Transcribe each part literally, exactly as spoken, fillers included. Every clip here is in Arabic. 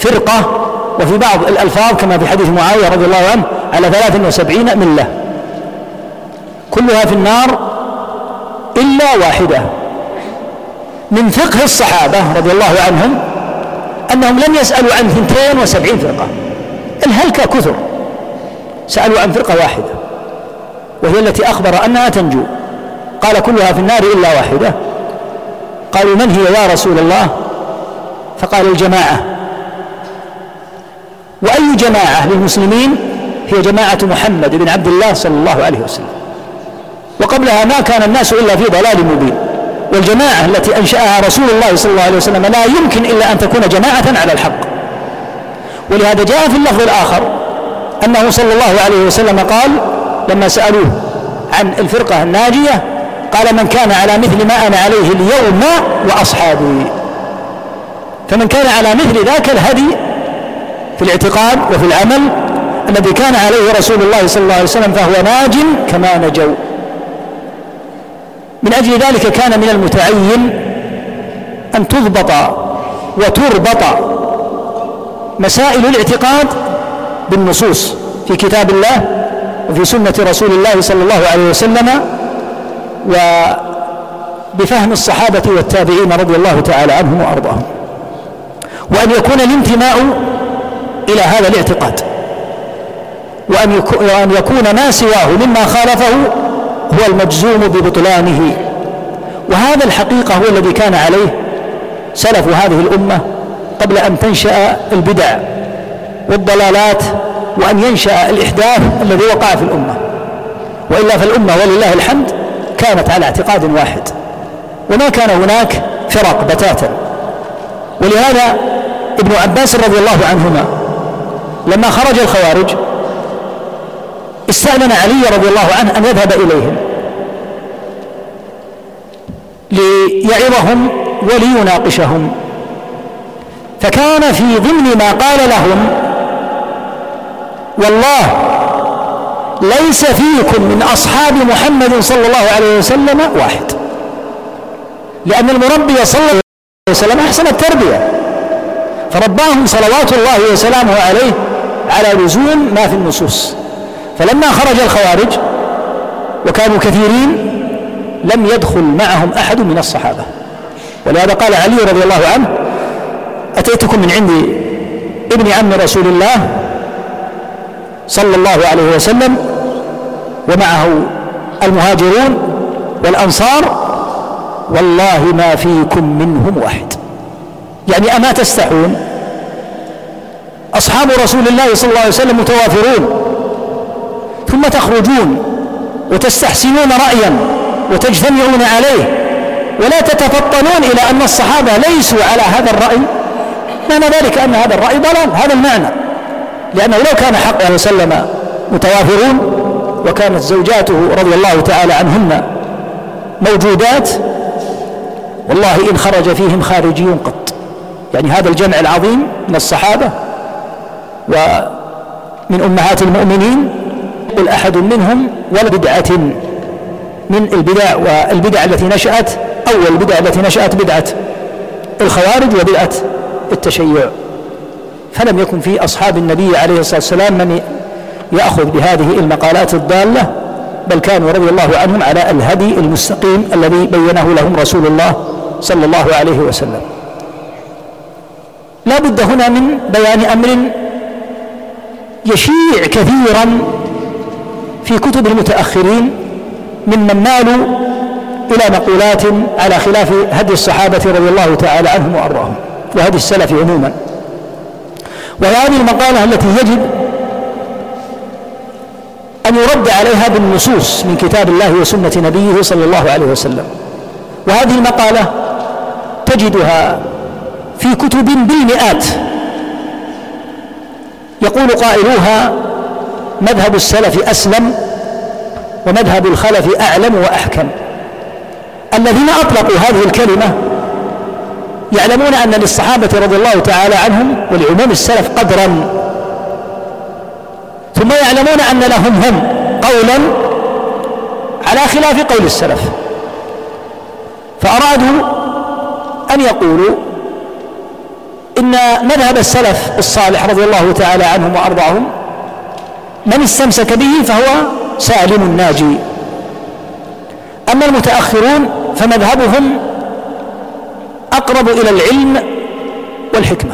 فرقة، وفي بعض الألفاظ كما في حديث معاوية رضي الله عنه على ثلاث وسبعين ملة كلها في النار إلا واحدة. من فقه الصحابة رضي الله عنهم أنهم لم يسألوا عن اثنتين وسبعين فرقة، الهلكة كثر، سألوا عن فرقة واحدة وهي التي أخبر أنها تنجو، قال كلها في النار إلا واحدة. قالوا من هي يا رسول الله؟ فقال الجماعة. وأي جماعة للمسلمين؟ هي جماعة محمد بن عبد الله صلى الله عليه وسلم، وقبلها ما كان الناس إلا في ضلال مبين. والجماعة التي أنشأها رسول الله صلى الله عليه وسلم لا يمكن إلا أن تكون جماعة على الحق. ولهذا جاء في اللفظ الآخر أنه صلى الله عليه وسلم قال لما سألوه عن الفرقة الناجية قال من كان على مثل ما أنا عليه اليوم وأصحابي. فمن كان على مثل ذاك الهدي في الاعتقاد وفي العمل الذي كان عليه رسول الله صلى الله عليه وسلم فهو ناج كما نجوا. من أجل ذلك كان من المتعين أن تضبط وتربط مسائل الاعتقاد بالنصوص في كتاب الله وفي سنة رسول الله صلى الله عليه وسلم وبفهم الصحابة والتابعين رضي الله تعالى عنهم وأرضاهم، وأن يكون الانتماء إلى هذا الاعتقاد، وأن يكون ما سواه مما خالفه هو المجزوم ببطلانه. وهذا الحقيقة هو الذي كان عليه سلف هذه الأمة قبل أن تنشأ البدع والضلالات وأن ينشأ الإحداث الذي وقع في الأمة. وإلا فالأمة ولله الحمد كانت على اعتقاد واحد وما كان هناك فرق بتاتا. ولهذا ابن عباس رضي الله عنهما لما خرج الخوارج استأذن علي رضي الله عنه أن يذهب إليهم ليعظهم وليناقشهم، فكان في ضمن ما قال لهم والله ليس فيكم من أصحاب محمد صلى الله عليه وسلم واحد، لأن المربي صلى الله عليه وسلم أحسن التربية فرباهم صلوات الله وسلامه عليه على لزوم ما في النصوص. فلما خرج الخوارج وكانوا كثيرين لم يدخل معهم أحد من الصحابة، ولهذا قال علي رضي الله عنه أتيتكم من عند ابن عم رسول الله صلى الله عليه وسلم ومعه المهاجرون والأنصار والله ما فيكم منهم واحد. يعني أما تستحون؟ أصحاب رسول الله صلى الله عليه وسلم متوافرون ثم تخرجون وتستحسنون رأيا وتجتمعون عليه ولا تتفطنون إلى أن الصحابة ليسوا على هذا الرأي، معنى ذلك أن هذا الرأي ضلال. هذا المعنى، لأنه لو كان حق عليه وسلم متوافرون وكانت زوجاته رضي الله تعالى عنهن موجودات والله إن خرج فيهم خارجيون قط. يعني هذا الجمع العظيم من الصحابة ومن أمهات المؤمنين قل أحد منهم ولا بدعة من البدع والبدع التي نشأت أول البدع التي نشأت بدعة الخوارج وبدعة التشيع. فلم يكن في أصحاب النبي عليه الصلاة والسلام من يأخذ بهذه المقالات الضالة، بل كانوا رضي الله عنهم على الهدي المستقيم الذي بينه لهم رسول الله صلى الله عليه وسلم. لا بد هنا من بيان أمر يشيع كثيرا في كتب المتأخرين ممن مالوا إلى مقولات على خلاف هدي الصحابة رضي الله تعالى عنهم وأرضاهم وهدي السلف عموما. وهذه المقالة التي يجب أن يرد عليها بالنصوص من كتاب الله وسنة نبيه صلى الله عليه وسلم. وهذه المقالة تجدها في كتب بالمئات يقول قائلوها مذهب السلف أسلم ومذهب الخلف أعلم وأحكم. الذين أطلقوا هذه الكلمة يعلمون أن للصحابة رضي الله تعالى عنهم ولعموم السلف قدرا، ثم يعلمون أن لهم هم قولا على خلاف قول السلف، فأرادوا أن يقولوا إن مذهب السلف الصالح رضي الله تعالى عنهم وأرضاهم من استمسك به فهو سالم ناجي. أما المتأخرون فمذهبهم أقرب إلى العلم والحكمة،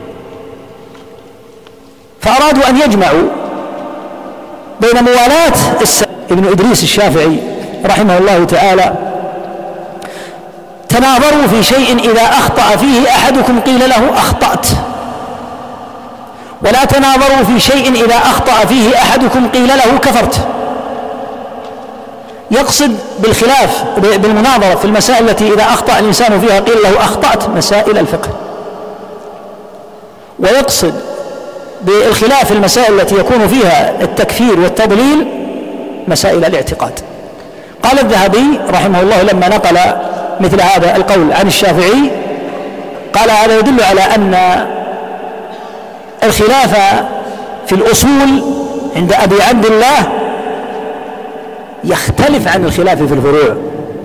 فأرادوا أن يجمعوا بين موالاة السلف. ابن إدريس الشافعي رحمه الله تعالى: تناظروا في شيء إذا أخطأ فيه أحدكم قيل له أخطأت، ولا تناظروا في شيء إذا أخطأ فيه أحدكم قيل له كفرت. يقصد بالخلاف بالمناظرة في المسائل التي إذا أخطأ الإنسان فيها قيل له أخطأت، مسائل الفقه، ويقصد بالخلاف المسائل التي يكون فيها التكفير والتضليل مسائل الاعتقاد. قال الذهبي رحمه الله لما نقل مثل هذا القول عن الشافعي قال: هذا يدل على أن الخلاف في الأصول عند أبي عبد الله يختلف عن الخلاف في الفروع.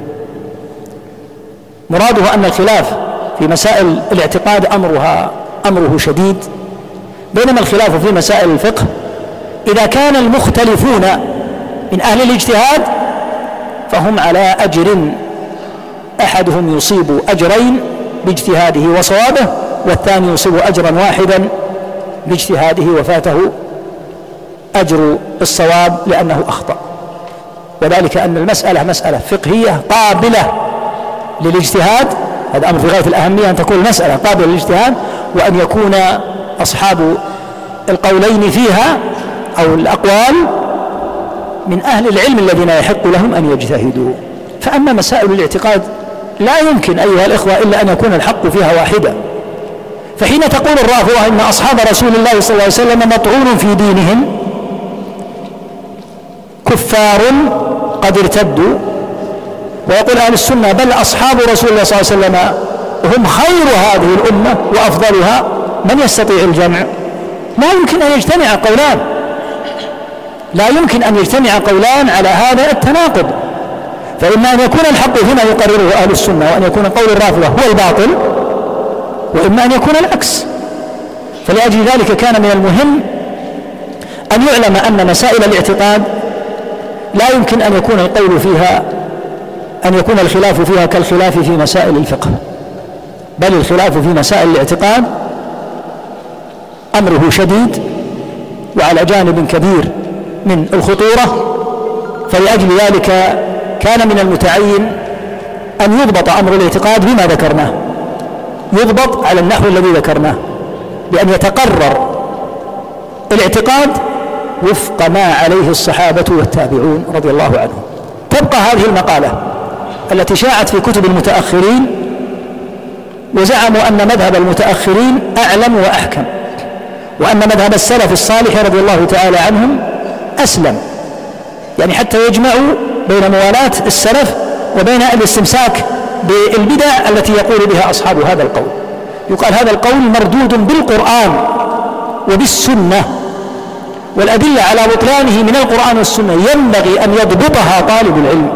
مراده أن الخلاف في مسائل الاعتقاد أمرها أمره شديد، بينما الخلاف في مسائل الفقه إذا كان المختلفون من أهل الاجتهاد فهم على أجر، أحدهم يصيب أجرين باجتهاده وصوابه، والثاني يصيب أجرا واحدا باجتهاده وفاته أجر الصواب لأنه أخطأ. وذلك أن المسألة مسألة فقهية قابلة للاجتهاد، هذا أمر في غاية الأهمية أن تكون المسألة قابلة للاجتهاد، وأن يكون أصحاب القولين فيها أو الأقوال من أهل العلم الذين يحق لهم أن يجتهدوا. فأما مسائل الاعتقاد لا يمكن أيها الإخوة إلا أن يكون الحق فيها واحدا. فحين تقول الرافضة إن أصحاب رسول الله صلى الله عليه وسلم مطعون في دينهم، كفار قد ارتدوا، ويقول أهل السنة بل أصحاب رسول الله صلى الله عليه وسلم هم خير هذه الأمة وأفضلها، من يستطيع الجمع؟ لا يمكن أن يجتمع قولان، لا يمكن أن يجتمع قولان على هذا التناقض. فإما أن يكون الحق فيما يقرره أهل السنة وأن يكون قول الرافضة هو الباطل، وإما أن يكون العكس. فلأجل ذلك كان من المهم أن يعلم أن مسائل الاعتقاد لا يمكن أن يكون القول فيها أن يكون الخلاف فيها كالخلاف في مسائل الفقه، بل الخلاف في مسائل الاعتقاد أمره شديد وعلى جانب كبير من الخطورة. فلأجل ذلك كان من المتعين أن يضبط أمر الاعتقاد بما ذكرناه، يضبط على النحو الذي ذكرناه، بأن يتقرر الاعتقاد وفق ما عليه الصحابة والتابعون رضي الله عنهم. تبقى هذه المقالة التي شاعت في كتب المتأخرين، وزعموا أن مذهب المتأخرين أعلم وأحكم، وأن مذهب السلف الصالح رضي الله تعالى عنهم أسلم، يعني حتى يجمعوا بين موالاة السلف وبين الاستمساك بالبدع التي يقول بها أصحاب هذا القول. يقال هذا القول مردود بالقرآن وبالسنة، والأدلة على بطلانه من القرآن والسنة ينبغي أن يضبطها طالب العلم.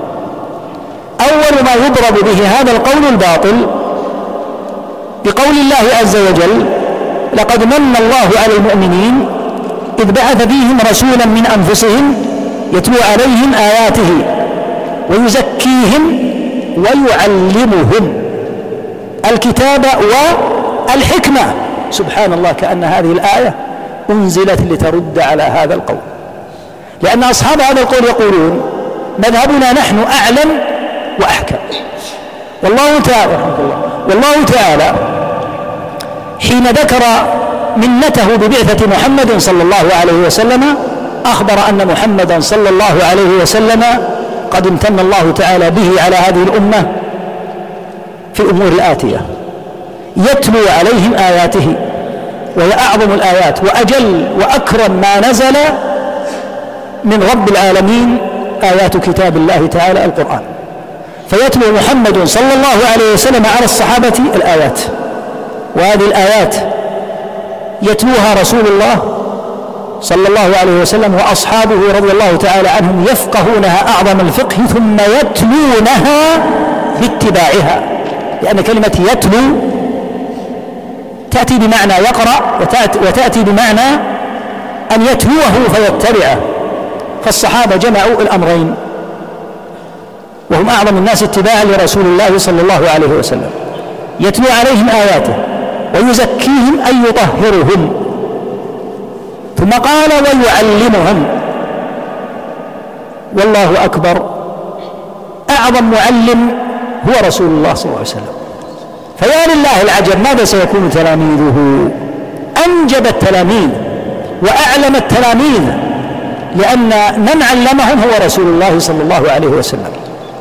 أول ما يضرب به هذا القول الباطل بقول الله عز وجل: لقد من الله على المؤمنين إذ بعث فيهم رسولا من أنفسهم يتلو عليهم آياته ويزكيهم ويعلمهم الكتاب والحكمة. سبحان الله، كأن هذه الآية أنزلت لترد على هذا القول، لأن أصحاب هذا القول يقولون مذهبنا نحن أعلم وأحكم. والله تعالى والله تعالى حين ذكر منته ببعثة محمد صلى الله عليه وسلم أخبر أن محمدا صلى الله عليه وسلم قد امتن الله تعالى به على هذه الأمة في الأمور الآتية: يتلو عليهم آياته، وهي أعظم الآيات وأجل وأكرم ما نزل من رب العالمين آيات كتاب الله تعالى القرآن. فيتلو محمد صلى الله عليه وسلم على الصحابة الآيات، وهذه الآيات يتلوها رسول الله صلى الله عليه وسلم وأصحابه رضي الله تعالى عنهم يفقهونها أعظم الفقه، ثم يتلونها باتباعها، لأن كلمة يتلو تأتي بمعنى يقرأ وتأتي بمعنى أن يتلوه فيتبعه، فالصحابة جمعوا الأمرين، وهم أعظم الناس اتباعا لرسول الله صلى الله عليه وسلم، يتلو عليهم آياته ويزكيهم أي يطهرهم، ثم قال ويعلمهم. والله أكبر، أعظم معلم هو رسول الله صلى الله عليه وسلم. فيا لله العجب ماذا سيكون تلاميذه؟ أنجب التلاميذ وأعلم التلاميذ، لأن من علمهم هو رسول الله صلى الله عليه وسلم.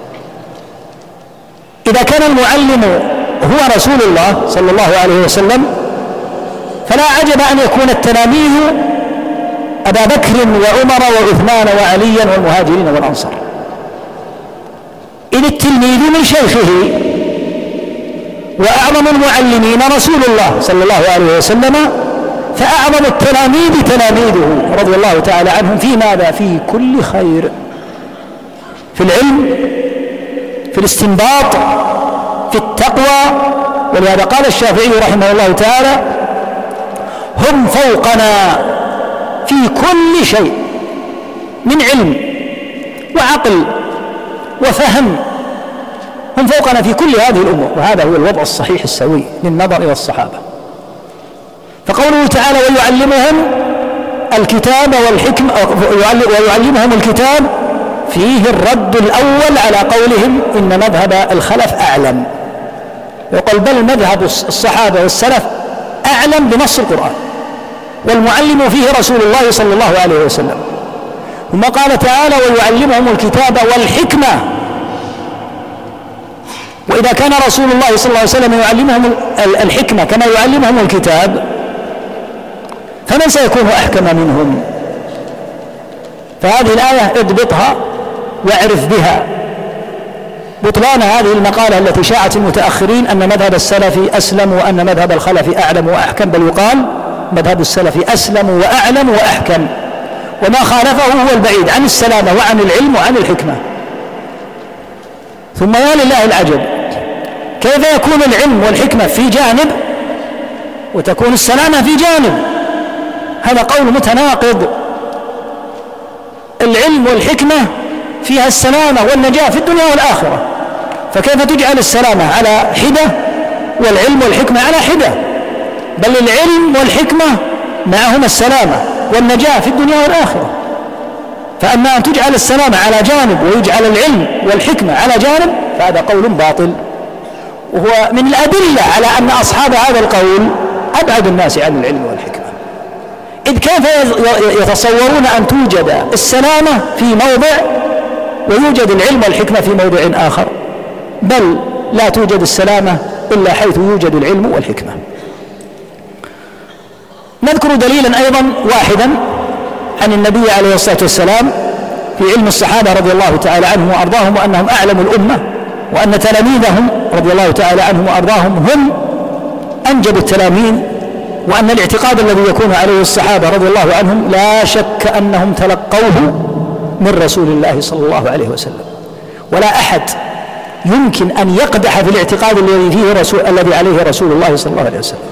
إذا كان المعلم هو رسول الله صلى الله عليه وسلم، فلا عجب أن يكون التلاميذ أبا بكر وعمر وعثمان وعليا والمهاجرين والأنصار. إذ التلميذ من شيخه، وأعظم المعلمين رسول الله صلى الله عليه وسلم، فأعظم التلاميذ تلاميذه رضي الله تعالى عنهم في ماذا؟ في كل خير، في العلم، في الاستنباط، في التقوى. ولهذا قال الشافعي رحمه الله تعالى هم فوقنا في كل شيء من علم وعقل وفهم، هم فوقنا في كل هذه الأمور. وهذا هو الوضع الصحيح السوي للنظر إلى الصحابة. فقوله تعالى ويعلمهم الكتاب والحكمة، ويعلمهم الكتاب فيه الرد الأول على قولهم إن مذهب الخلف أعلم، يقول بل مذهب الصحابة والسلف أعلم بنص القرآن، والمعلم فيه رسول الله صلى الله عليه وسلم. ثم قال تعالى ويعلمهم الكتاب والحكمة. وإذا كان رسول الله صلى الله عليه وسلم يعلمهم الحكمة كما يعلمهم الكتاب، فمن سيكون أحكم منهم؟ فهذه الآية اضبطها واعرف بها بطلان هذه المقالة التي شاعت المتأخرين أن مذهب السلف أسلم وأن مذهب الخلف أعلم وأحكم، بل يقال مذهب السلف أسلم وأعلم وأحكم، وما خالفه هو البعيد عن السلامة وعن العلم وعن الحكمة. ثم يا لله العجب، كيف يكون العلم والحكمة في جانب وتكون السلامة في جانب؟ هذا قول متناقض. العلم والحكمة فيها السلامة والنجاة في الدنيا والآخرة، فكيف تجعل السلامة على حدة والعلم والحكمة على حدة؟ بل العلم والحكمة معهما السلامة والنجاة في الدنيا والآخرة. فأما أن تجعل السلامة على جانب ويجعل العلم والحكمة على جانب فهذا قول باطل، وهو من الأدلة على أن أصحاب هذا القول أبعد الناس عن العلم والحكمة. إذ كيف يتصورون أن توجد السلامة في موضع ويوجد العلم والحكمة في موضع آخر؟ بل لا توجد السلامة إلا حيث يوجد العلم والحكمة. نذكر دليلا أيضا واحدا عن النبي عليه الصلاة والسلام في علم الصحابة رضي الله تعالى عنهم وأرضاهم، وأنهم أعلم الأمة، وأن تلاميذهم رضي الله تعالى عنهم وأرضاهم هم أنجب التلاميذ، وأن الاعتقاد الذي يكون عليه الصحابة رضي الله عنهم لا شك أنهم تلقوه من رسول الله صلى الله عليه وسلم، ولا أحد يمكن أن يقدح في الاعتقاد الذي فيه رسول الذي عليه رسول الله صلى الله عليه وسلم.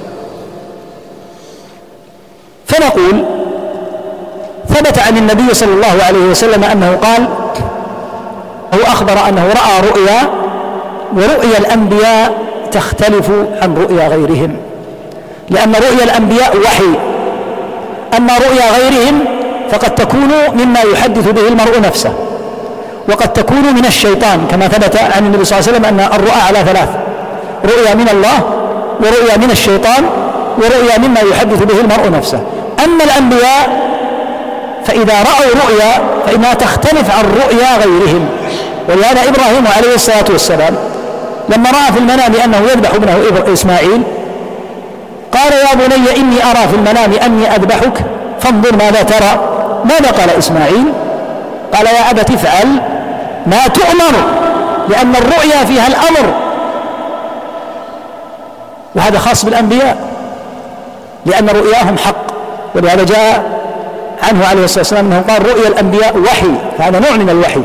فنقول ثبت عن النبي صلى الله عليه وسلم أنه قال، هو أخبر أنه رأى رؤيا، ورؤيا الأنبياء تختلف عن رؤيا غيرهم، لأن رؤيا الأنبياء وحي، أما رؤيا غيرهم فقد تكون مما يحدث به المرء نفسه، وقد تكون من الشيطان، كما ثبت عن النبي صلى الله عليه وسلم أن الرؤى على ثلاث: رؤيا من الله، ورؤيا من الشيطان، ورؤيا مما يحدث به المرء نفسه. أما الأنبياء فإذا رأوا رؤيا فإنها تختلف عن رؤيا غيرهم. ولهذا إبراهيم عليه الصلاة والسلام لما رأى في المنام أنه يذبح ابنه إسماعيل قال يا بني إني أرى في المنام أني أذبحك فانظر ماذا ترى. ماذا قال إسماعيل؟ قال يا أبت افعل ما تؤمر، لأن الرؤيا فيها الأمر، وهذا خاص بالأنبياء لأن رؤياهم حق. ولهذا جاء عنه عليه الصلاة والسلام أنه قال رؤيا الأنبياء وحي، فهذا نوع من الوحي.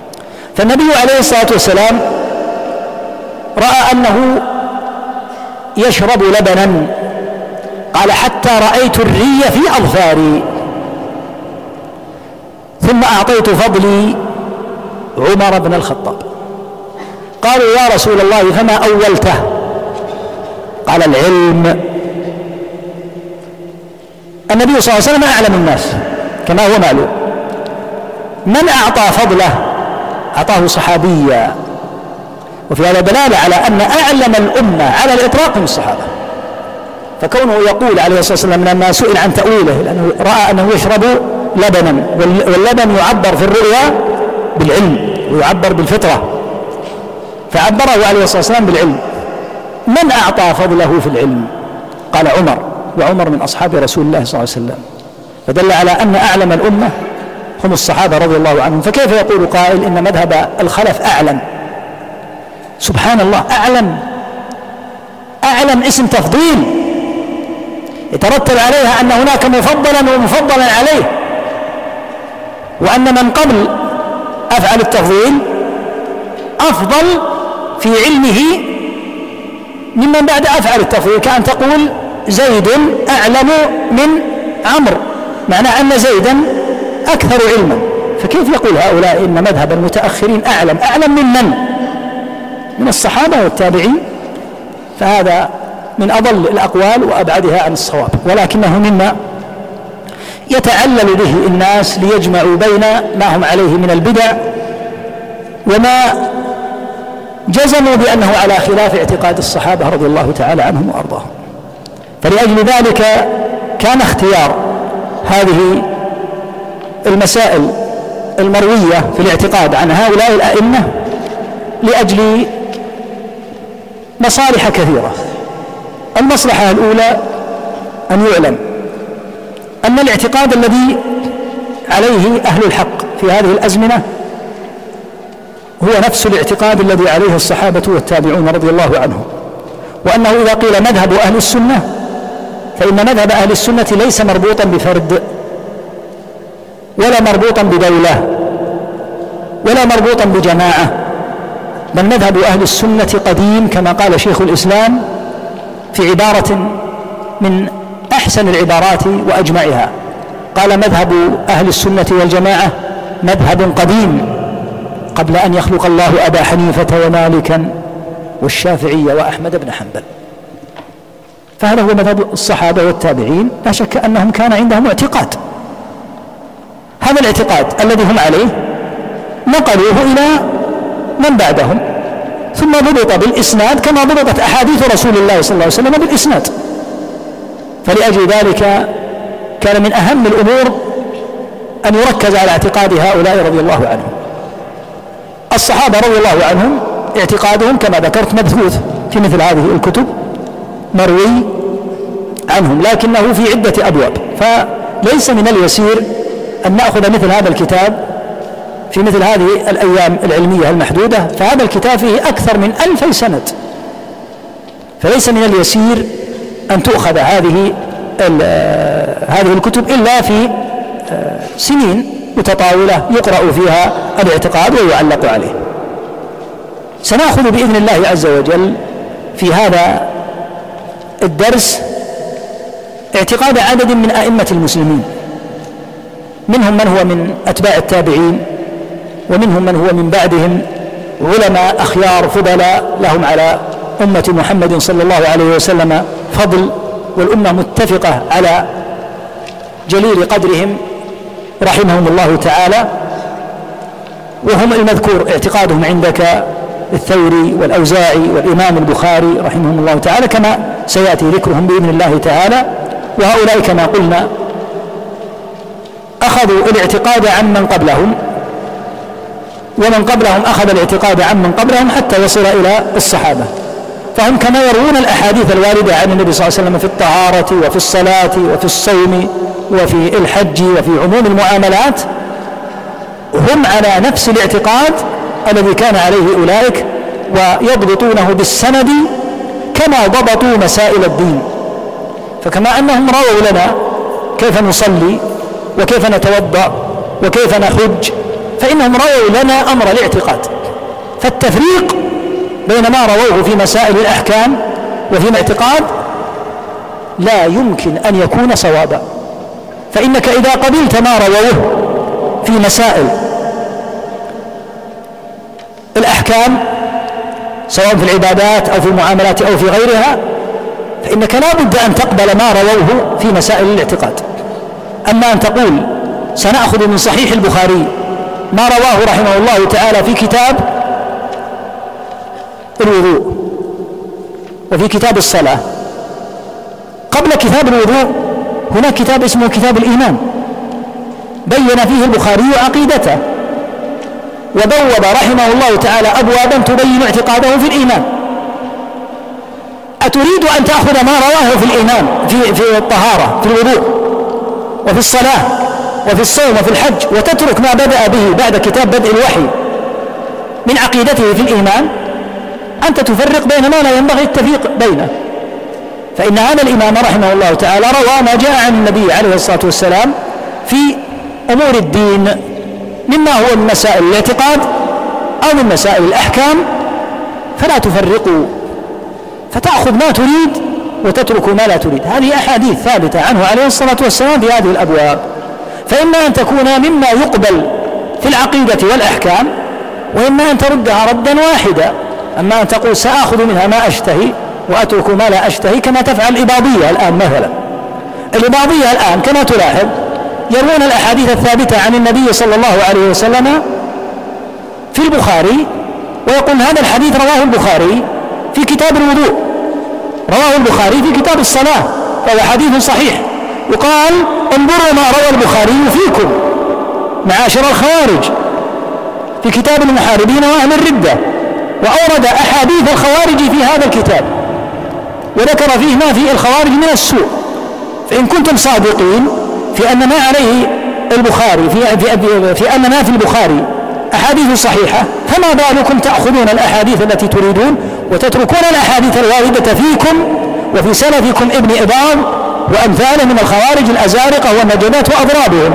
فالنبي عليه الصلاة والسلام رأى أنه يشرب لبنا؟ قال حتى رأيت الري في أظفاري، ثم أعطيت فضلي عمر بن الخطاب. قالوا يا رسول الله فما أولته؟ قال العلم. النبي صلى الله عليه وسلم أعلم الناس كما هو معلوم. من أعطى فضله؟ أعطاه صحابيا، وفي هذا دلالة على أن أعلم الأمة على الإطلاق من الصحابة. فكونه يقول عليه الصلاة والسلام لما سئل عن تأويله لأنه رأى أنه يشرب لبنا، واللبن يعبر في الرؤيا بالعلم ويعبر بالفطرة، فعبره عليه الصلاة والسلام بالعلم. من أعطى فضله في العلم؟ قال عمر، وعمر من أصحاب رسول الله صلى الله عليه وسلم، فدل على أن أعلم الأمة هم الصحابة رضي الله عنهم. فكيف يقول قائل إن مذهب الخلف أعلم؟ سبحان الله، أعلم أعلم اسم تفضيل يترتب عليها أن هناك مفضلا ومفضلا عليه، وأن من قبل أفعل التفضيل أفضل في علمه ممن بعد أفعل التفضيل، كأن تقول زيد أعلم من عمرو، معناه أن زيدا أكثر علما. فكيف يقول هؤلاء إن مذهب المتأخرين أعلم؟ أعلم من من؟ من الصحابة والتابعين. فهذا من أضل الأقوال وأبعدها عن الصواب، ولكنه مما يتعلل به الناس ليجمعوا بين ما هم عليه من البدع وما جزموا بأنه على خلاف اعتقاد الصحابة رضي الله تعالى عنهم وأرضاهم. فلأجل ذلك كان اختيار هذه المسائل المروية في الاعتقاد عن هؤلاء الأئمة لأجل مصالح كثيرة. المصلحة الأولى أن يعلم أن الاعتقاد الذي عليه أهل الحق في هذه الأزمنة هو نفس الاعتقاد الذي عليه الصحابة والتابعون رضي الله عنهم، وأنه إذا قيل مذهب أهل السنة فإن مذهب أهل السنة ليس مربوطا بفرد ولا مربوطا بدولة ولا مربوطا بجماعة، بل مذهب أهل السنة قديم كما قال شيخ الإسلام في عبارة من أحسن العبارات وأجمعها، قال مذهب أهل السنة والجماعة مذهب قديم قبل أن يخلق الله أبا حنيفة ومالكا والشافعي وأحمد بن حنبل. فهذا هو مذهب الصحابة والتابعين، لا شك أنهم كان عندهم اعتقاد، هذا الاعتقاد الذي هم عليه نقلوه إلى من بعدهم، ثم ضبط بالإسناد كما ضبطت أحاديث رسول الله صلى الله عليه وسلم بالإسناد. فلأجل ذلك كان من أهم الأمور أن يركز على اعتقاد هؤلاء رضي الله عنهم. الصحابة رضي الله عنهم اعتقادهم كما ذكرت مبثوث في مثل هذه الكتب مروي عنهم، لكنه في عدة أبواب، فليس من اليسير أن نأخذ مثل هذا الكتاب في مثل هذه الأيام العلمية المحدودة، فهذا الكتاب فيه أكثر من ألفي سند، فليس من اليسير أن تؤخذ هذه هذه الكتب إلا في سنين متطاولة يقرأ فيها الاعتقاد ويعلق عليه. سنأخذ بإذن الله عز وجل في هذا الدرس اعتقاد عدد من أئمة المسلمين، منهم من هو من أتباع التابعين، ومنهم من هو من بعدهم علماء أخيار فضلاء لهم على أمة محمد صلى الله عليه وسلم فضل، والأمة متفقة على جليل قدرهم رحمهم الله تعالى، وهم المذكور اعتقادهم عندك الثوري والأوزاعي والإمام البخاري رحمهم الله تعالى كما سيأتي ذكرهم بإذن الله تعالى. وهؤلاء كما قلنا أخذوا الاعتقاد عن من قبلهم، ومن قبلهم أخذ الاعتقاد عن من قبلهم حتى يصل إلى الصحابة، فهم كما يروون الأحاديث الواردة عن النبي صلى الله عليه وسلم في الطهارة وفي الصلاة وفي الصوم وفي الحج وفي عموم المعاملات، هم على نفس الاعتقاد الذي كان عليه أولئك، ويضبطونه بالسند كما ضبطوا مسائل الدين. فكما أنهم رووا لنا كيف نصلي وكيف نتوضأ وكيف نحج، فإنهم رووا لنا أمر الاعتقاد. فالتفريق بين ما رووه في مسائل الأحكام وفي الاعتقاد لا يمكن أن يكون صوابا. فإنك إذا قبلت ما رووه في مسائل الأحكام سواء في العبادات أو في المعاملات أو في غيرها، فإنك لا بد أن تقبل ما رووه في مسائل الاعتقاد. أما أن تقول سنأخذ من صحيح البخاري ما رواه رحمه الله تعالى في كتاب الوضوء وفي كتاب الصلاة، قبل كتاب الوضوء هناك كتاب اسمه كتاب الإيمان بين فيه البخاري عقيدته وبوب رحمه الله تعالى أبوابا تبين اعتقاده في الإيمان. أتريد أن تأخذ ما رواه في الإيمان في, في الطهارة في الوضوء وفي الصلاة وفي الصوم وفي الحج وتترك ما بدأ به بعد كتاب بدء الوحي من عقيدته في الإيمان؟ أنت تفرق بين ما لا ينبغي التفريق بينه. فإن هذا الإمام رحمه الله تعالى روى ما جاء عن النبي عليه الصلاة والسلام في أمور الدين مما هو من مسائل الاعتقاد أو من مسائل الأحكام، فلا تفرقوا فتأخذ ما تريد وتترك ما لا تريد. هذه أحاديث ثابتة عنه عليه الصلاة والسلام في هذه الأبواب، فإما أن تكون مما يقبل في العقيدة والأحكام وإما أن تردها ردا واحدا. أما أن تقول سأخذ منها ما أشتهي وأترك ما لا أشتهي كما تفعل الإباضية الآن مثلا. الإباضية الآن كما تلاحظ يروون الأحاديث الثابتة عن النبي صلى الله عليه وسلم في البخاري ويقول هذا الحديث رواه البخاري في كتاب الوضوء، رواه البخاري في كتاب الصلاة، فهو حديث صحيح. يقال انظروا ما روى البخاري فيكم معاشر الخوارج في كتاب المحاربين وأهل الردة، وأورد أحاديث الخوارج في هذا الكتاب وذكر فيه ما في الخوارج من السوء. فإن كنتم صادقين في أن ما عليه البخاري في, في, في أن ما في البخاري أحاديث صحيحة، فما بالكم تأخذون الأحاديث التي تريدون وتتركون الأحاديث الواردة فيكم وفي سلفكم ابن إباض وأمثاله من الخوارج الأزارقة والنجدات وأضرابهم.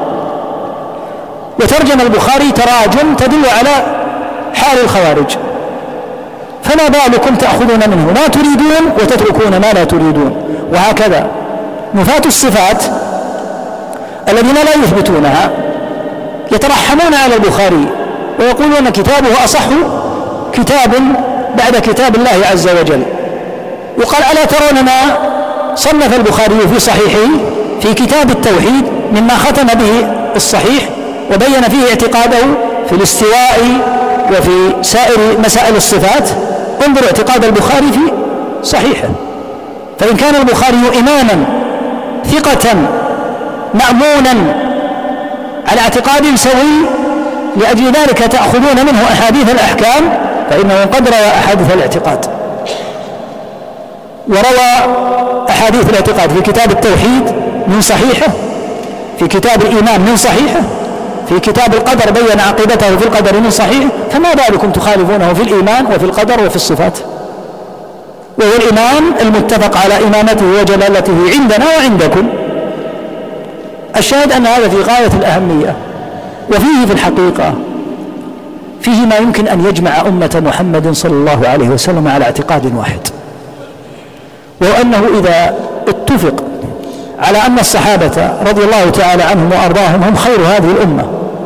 وترجم البخاري تراجم تدل على حال الخوارج، فما بالكم تأخذون منه ما تريدون وتتركون ما لا تريدون. وهكذا نفاة الصفات الذين لا يثبتونها يترحمون على البخاري ويقولون كتابه أصح كتاب بعد كتاب الله عز وجل. يقال ألا ترون ما صنف البخاري في صحيحه في كتاب التوحيد مما ختم به الصحيح وبين فيه اعتقاده في الاستواء وفي سائر مسائل الصفات. انظر اعتقاد البخاري في صحيحه. فإن كان البخاري إماما ثقة مأمونا على اعتقاد سوي لأجل ذلك تأخذون منه أحاديث الأحكام، فإنه قد روى أحاديث الاعتقاد وروى أحاديث الاعتقاد في كتاب التوحيد من صحيحه، في كتاب الإيمان من صحيحه، في كتاب القدر بين عقيدته في القدر من صحيحه، فما بالكم تخالفونه في الإيمان وفي القدر وفي الصفات؟ وهو الإمام المتفق على إمامته وجلالته عندنا وعندكم. الشاهد أن هذا في غاية الأهمية، وفيه في الحقيقة فيه ما يمكن أن يجمع أمة محمد صلى الله عليه وسلم على اعتقاد واحد، وهو أنه إذا اتفق على أن الصحابة رضي الله تعالى عنهم وأرضاهم هم خير هذه الأمة،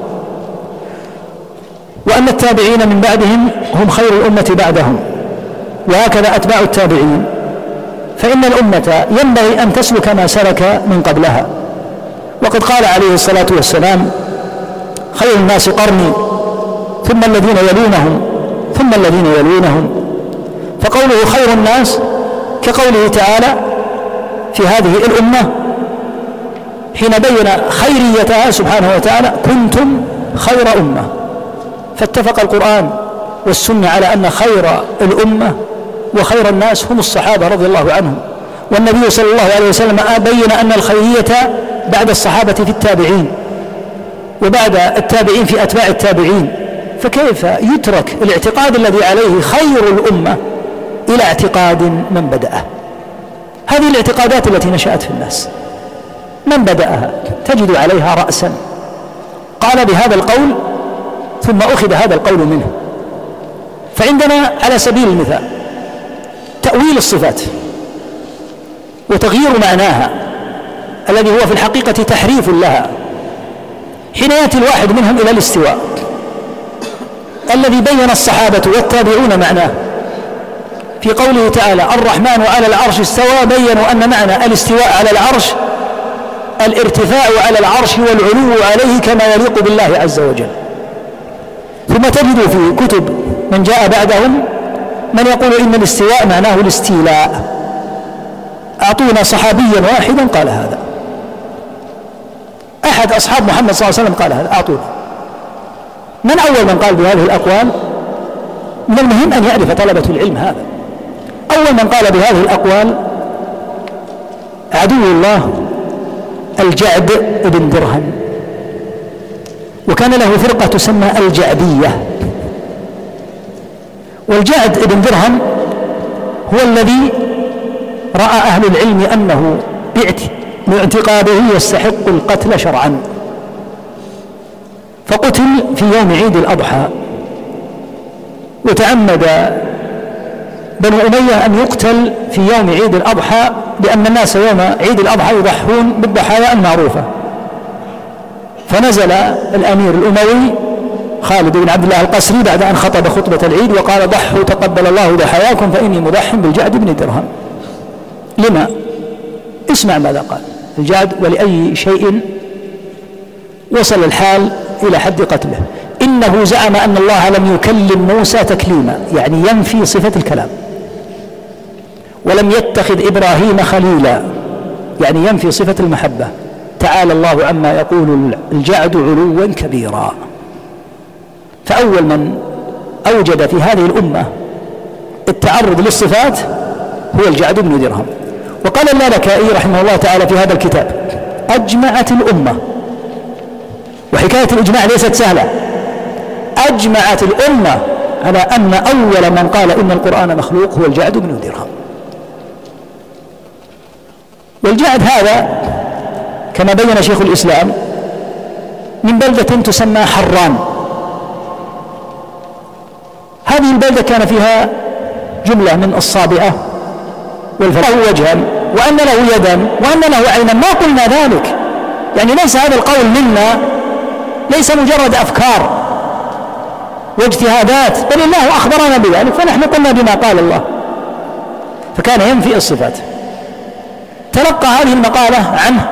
وأن التابعين من بعدهم هم خير الأمة بعدهم، وهكذا أتباع التابعين، فإن الأمة ينبغي أن تسلك ما سلك من قبلها. وقد قال عليه الصلاة والسلام خير الناس قرني ثم الذين يلونهم ثم الذين يلونهم. فقوله خير الناس كقوله تعالى في هذه الأمة حين بين خيريتها سبحانه وتعالى كنتم خير أمة، فاتفق القرآن والسنة على أن خير الأمة وخير الناس هم الصحابة رضي الله عنهم. والنبي صلى الله عليه وسلم بين أن الخيرية بعد الصحابة في التابعين وبعد التابعين في أتباع التابعين، فكيف يترك الاعتقاد الذي عليه خير الأمة إلى اعتقاد من بدأه؟ هذه الاعتقادات التي نشأت في الناس من بدأها تجد عليها رأسا قال بهذا القول ثم أخذ هذا القول منه. فعندنا على سبيل المثال تأويل الصفات وتغيير معناها الذي هو في الحقيقة تحريف لها، حين يأتي الواحد منهم إلى الاستواء الذي بين الصحابة والتابعون معناه في قوله تعالى الرحمن على العرش استوى، بينوا أن معنى الاستواء على العرش الارتفاع على العرش والعلو عليه كما يليق بالله عز وجل. ثم تجد في كتب من جاء بعدهم من يقول إن الاستواء معناه الاستيلاء. أعطونا صحابيا واحدا قال هذا، أحد أصحاب محمد صلى الله عليه وسلم قال هذا، أعطونا. من أول من قال بهذه الأقوال؟ من المهم أن يعرف طلبة العلم هذا. أول من قال بهذه الأقوال عدو الله الجعد بن درهم، وكان له فرقة تسمى الجعدية. والجعد بن درهم هو الذي رأى أهل العلم أنه باعتقاده يستحق القتل شرعا، فقتل في يوم عيد الأضحى، وتعمد بنو أمية أن يقتل في يوم عيد الأضحى لأن الناس يوم عيد الأضحى يضحون بالضحايا المعروفة. فنزل الأمير الأموي خالد بن عبد الله القسري بعد أن خطب خطبة العيد وقال ضحوا تقبل الله ضحاياكم فإني مضح بالجعد بن درهم. لما؟ اسمع ماذا قال الجعد ولأي شيء وصل الحال إلى حد قتله. إنه زعم أن الله لم يكلم موسى تكليما، يعني ينفي صفة الكلام، ولم يتخذ إبراهيم خليلا، يعني ينفي صفة المحبة. تعالى الله عما يقول الجعد علوا كبيرا. فأول من أوجد في هذه الأمة التعرض للصفات هو الجعد بن درهم. وقال اللالكائي رحمه الله تعالى في هذا الكتاب أجمعت الأمة، وحكاية الإجماع ليست سهلة، أجمعت الأمة على أن أول من قال إن القرآن مخلوق هو الجعد بن درهم. والجعد هذا كما بين شيخ الإسلام من بلدة تسمى حران. هذه البلدة كان فيها جملة من الصابئة والفلاح وجها وأن له يدا وأن له عينا. ما قلنا ذلك، يعني ليس هذا القول منا، ليس مجرد أفكار واجتهادات، بل الله أخبرنا بذلك فنحن قلنا بما قال الله. فكان ينفي الصفات. تلقى هذه المقالة عنه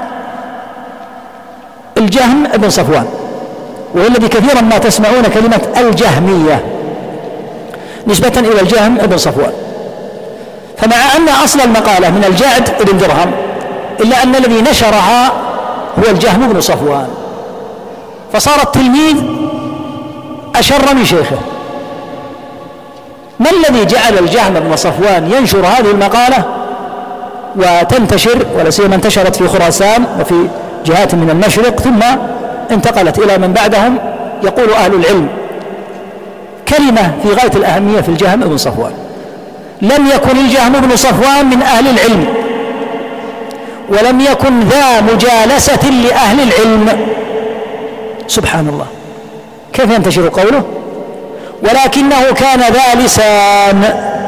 الجهم بن صفوان، وهو الذي كثيرا ما تسمعون كلمة الجهمية نسبة إلى الجهم بن صفوان. فمع أن أصل المقالة من الجعد بن درهم إلا أن الذي نشرها هو الجهم بن صفوان، فصار التلميذ أشر من شيخه. ما الذي جعل الجهم بن صفوان ينشر هذه المقالة وتنتشر، ولا سيما انتشرت في خراسان وفي جهات من المشرق ثم انتقلت إلى من بعدهم؟ يقول أهل العلم كلمة في غاية الأهمية في الجهم بن صفوان: لم يكن الجهم بن صفوان من أهل العلم، ولم يكن ذا مجالسة لأهل العلم. سبحان الله، كيف ينتشر قوله؟ ولكنه كان ذا لسان،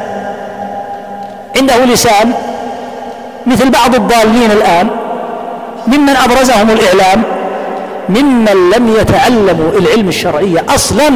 عنده لسان مثل بعض الضالين الآن ممن أبرزهم الإعلام، ممن لم يتعلموا العلم الشرعي أصلا،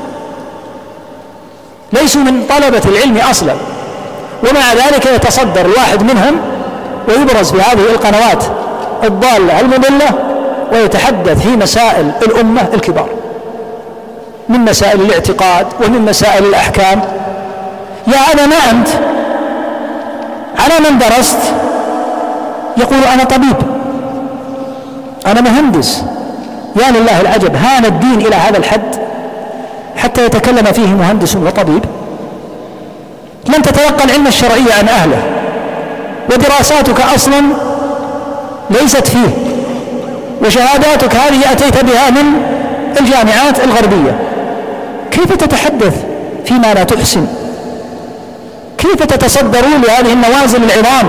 ليسوا من طلبة العلم أصلا، ومع ذلك يتصدر الواحد منهم ويبرز في هذه القنوات الضالة المضلة ويتحدث في مسائل الأمة الكبار، من مسائل الاعتقاد ومن مسائل الأحكام. يا أنا ما أنت على من درست؟ يقول أنا طبيب، أنا مهندس. يا لله العجب، هان الدين إلى هذا الحد حتى يتكلم فيه مهندس وطبيب. لن تتلقى العلم الشرعي عن أهله، ودراساتك أصلا ليست فيه، وشهاداتك هذه أتيت بها من الجامعات الغربية. كيف تتحدث فيما لا تحسن؟ كيف تتصدرون لهذه النوازل العظام؟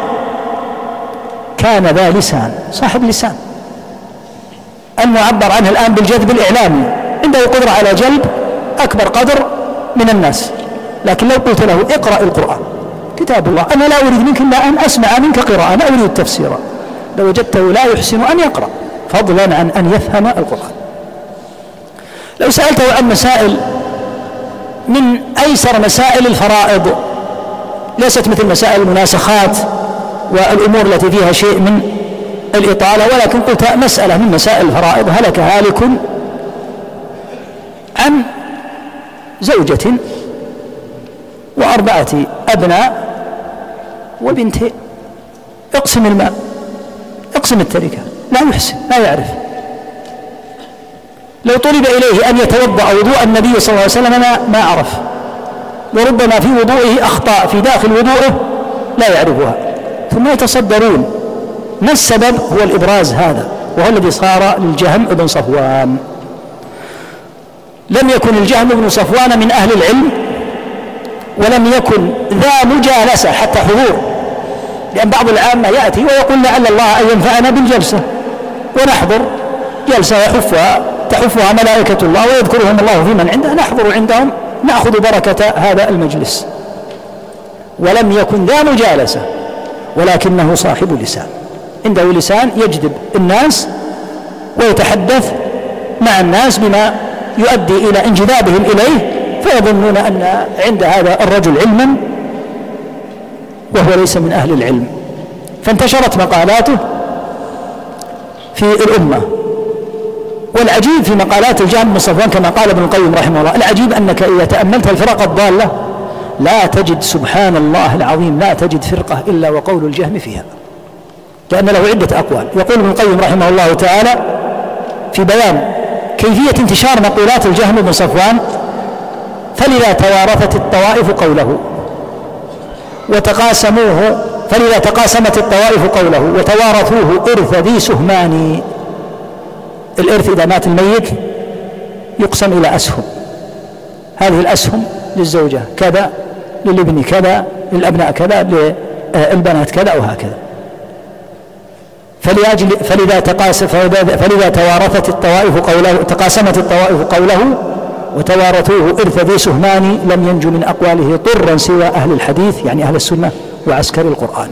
كان ذا لسان، صاحب لسان، المعبر عنه الآن بالجذب الإعلامي، عنده قدرة على جلب أكبر قدر من الناس. لكن لو قلت له اقرأ القرآن كتاب الله. أنا لا أريد منك إلا أن أسمع منك قراءة، لا أريد تفسيرا. لوجدته لا يحسن أن يقرأ فضلا عن أن يفهم القرآن. لو سألته عن مسائل من أيسر مسائل الفرائض، ليست مثل مسائل المناسخات والأمور التي فيها شيء من الإطالة، ولكن قلت مسألة من مسائل الفرائض: هلك هالك عن زوجة وأربعة أبناء وبنتين، اقسم المال، اقسم التركة. لا يحسن، لا يعرف. لو طلب إليه أن يتوضأ وضوء النبي صلى الله عليه وسلم ما عرف، وربما في وضوئه أخطاء في داخل وضوءه لا يعرفها، ثم يتصدرون. ما السبب؟ هو الإبراز هذا، وهو الذي صار للجهم بن صفوان. لم يكن الجهم بن صفوان من أهل العلم، ولم يكن ذا مجالسة حتى حضور، لأن بعض العامة يأتي ويقول لعل الله أن ينفعنا بالجلسة، ونحضر جلسة يحفها تحفها ملائكة الله ويذكرهم الله في من عنده، نحضر عندهم نأخذ بركة هذا المجلس. ولم يكن ذا مجالسة، ولكنه صاحب لسان، عنده لسان يجذب الناس ويتحدث مع الناس بما يؤدي إلى انجذابهم إليه، فيظنون أن عند هذا الرجل علما وهو ليس من أهل العلم. فانتشرت مقالاته في الأمة. والعجيب في مقالات الجهم بن صفوان كما قال ابن القيم رحمه الله، العجيب أنك إذا تأملت الفرق الضالة لا تجد، سبحان الله العظيم، لا تجد فرقة إلا وقول الجهم فيها، لأن له عدة أقوال. يقول ابن القيم رحمه الله تعالى في بيان كيفية انتشار مقولات الجهم بن صفوان: فلذا توارثت الطوائف قوله وتقاسموه فلذا تقاسمت الطوائف قوله وتوارثوه إرث ذي سهمان. الإرث إذا مات الميت يقسم إلى أسهم، هذه الأسهم للزوجة كذا، للابن كذا، للأبناء كذا، للبنات كذا، وهكذا. فلأجل فلذا تقاسم فلذا توارثت الطوائف قوله تقاسمت الطوائف قوله وتوارثوه إرث ذي سهمان، لم ينج من أقواله طرا سوى أهل الحديث، يعني أهل السنة وعسكر القرآن.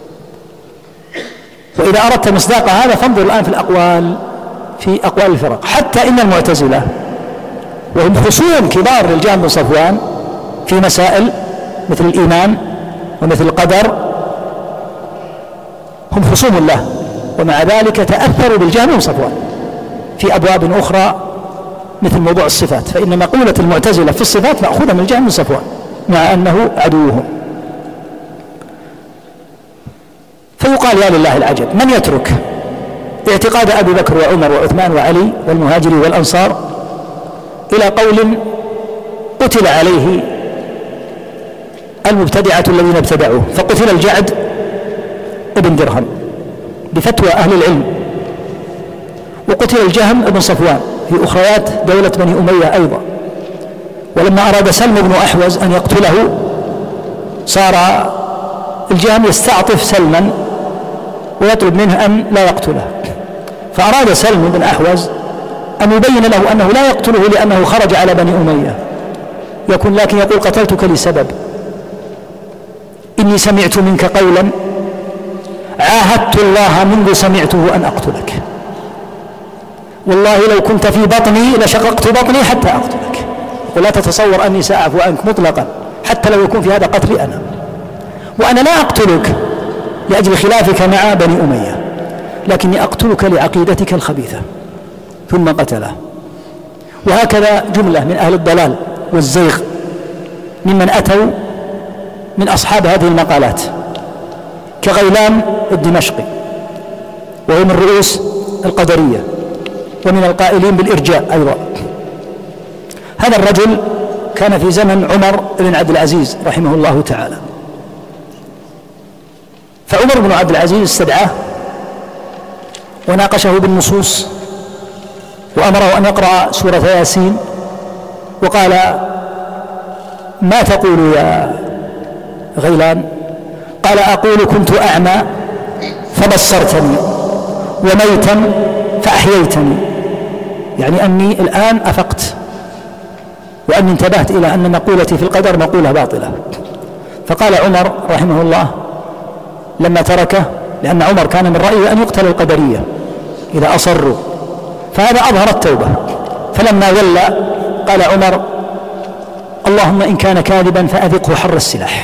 وإذا أردت مصداق هذا فانظر الآن في الأقوال، في أقوال الفرق. حتى إن المعتزلة وهم خصوم كبار للجهم بن صفوان في مسائل مثل الإيمان ومثل القدر، هم خصوم الله، ومع ذلك تأثروا بالجهم بن صفوان في أبواب أخرى مثل موضوع الصفات، فإن مقولة المعتزلة في الصفات مأخوذة من الجهم بن صفوان مع أنه عدوهم. فيقال يا لله العجب، من يترك اعتقاد أبي بكر وعمر وعثمان وعلي والمهاجرين والأنصار إلى قول قتل عليه المبتدعة الذين ابتدعوه، فقتل الجعد ابن درهم بفتوى أهل العلم، وقتل الجهم ابن صفوان في أخريات دولة بني أمية أيضا. ولما أراد سلم بن أحوز أن يقتله صار الجهم يستعطف سلما ويطلب منه أن لا يقتله، فأراد سلم بن أحوز أن يبين له أنه لا يقتله لأنه خرج على بني أمية، يكون لكن يقول قتلتك لسبب: إني سمعت منك قولا عاهدت الله منذ سمعته أن أقتلك، والله لو كنت في بطني لشققت بطني حتى أقتلك، ولا تتصور أني سأعفو عنك مطلقا حتى لو يكون في هذا قتلي أنا، وأنا لا أقتلك لأجل خلافك مع بني أمية، لكني أقتلك لعقيدتك الخبيثة. ثم قتله. وهكذا جملة من أهل الضلال والزيغ ممن أتوا من أصحاب هذه المقالات كغيلان الدمشقي، وهو من رؤوس القدرية ومن القائلين بالإرجاء أيضا. هذا الرجل كان في زمن عمر بن عبد العزيز رحمه الله تعالى، فعمر بن عبد العزيز استدعاه وناقشه بالنصوص وأمره أن يقرأ سورة ياسين، وقال: ما تقول يا غيلان؟ قال: أقول كنت أعمى فبصرتني وميتا فأحييتني، يعني أني الآن أفقت وأني انتبهت إلى أن مقولتي في القدر مقولة باطلة. فقال عمر رحمه الله لما تركه، لأن عمر كان من رأيه أن يقتل القدرية إذا أصروا، فهذا أظهر التوبة. فلما ولى قال عمر اللهم إن كان كاذبا فأذقه حر السلاح.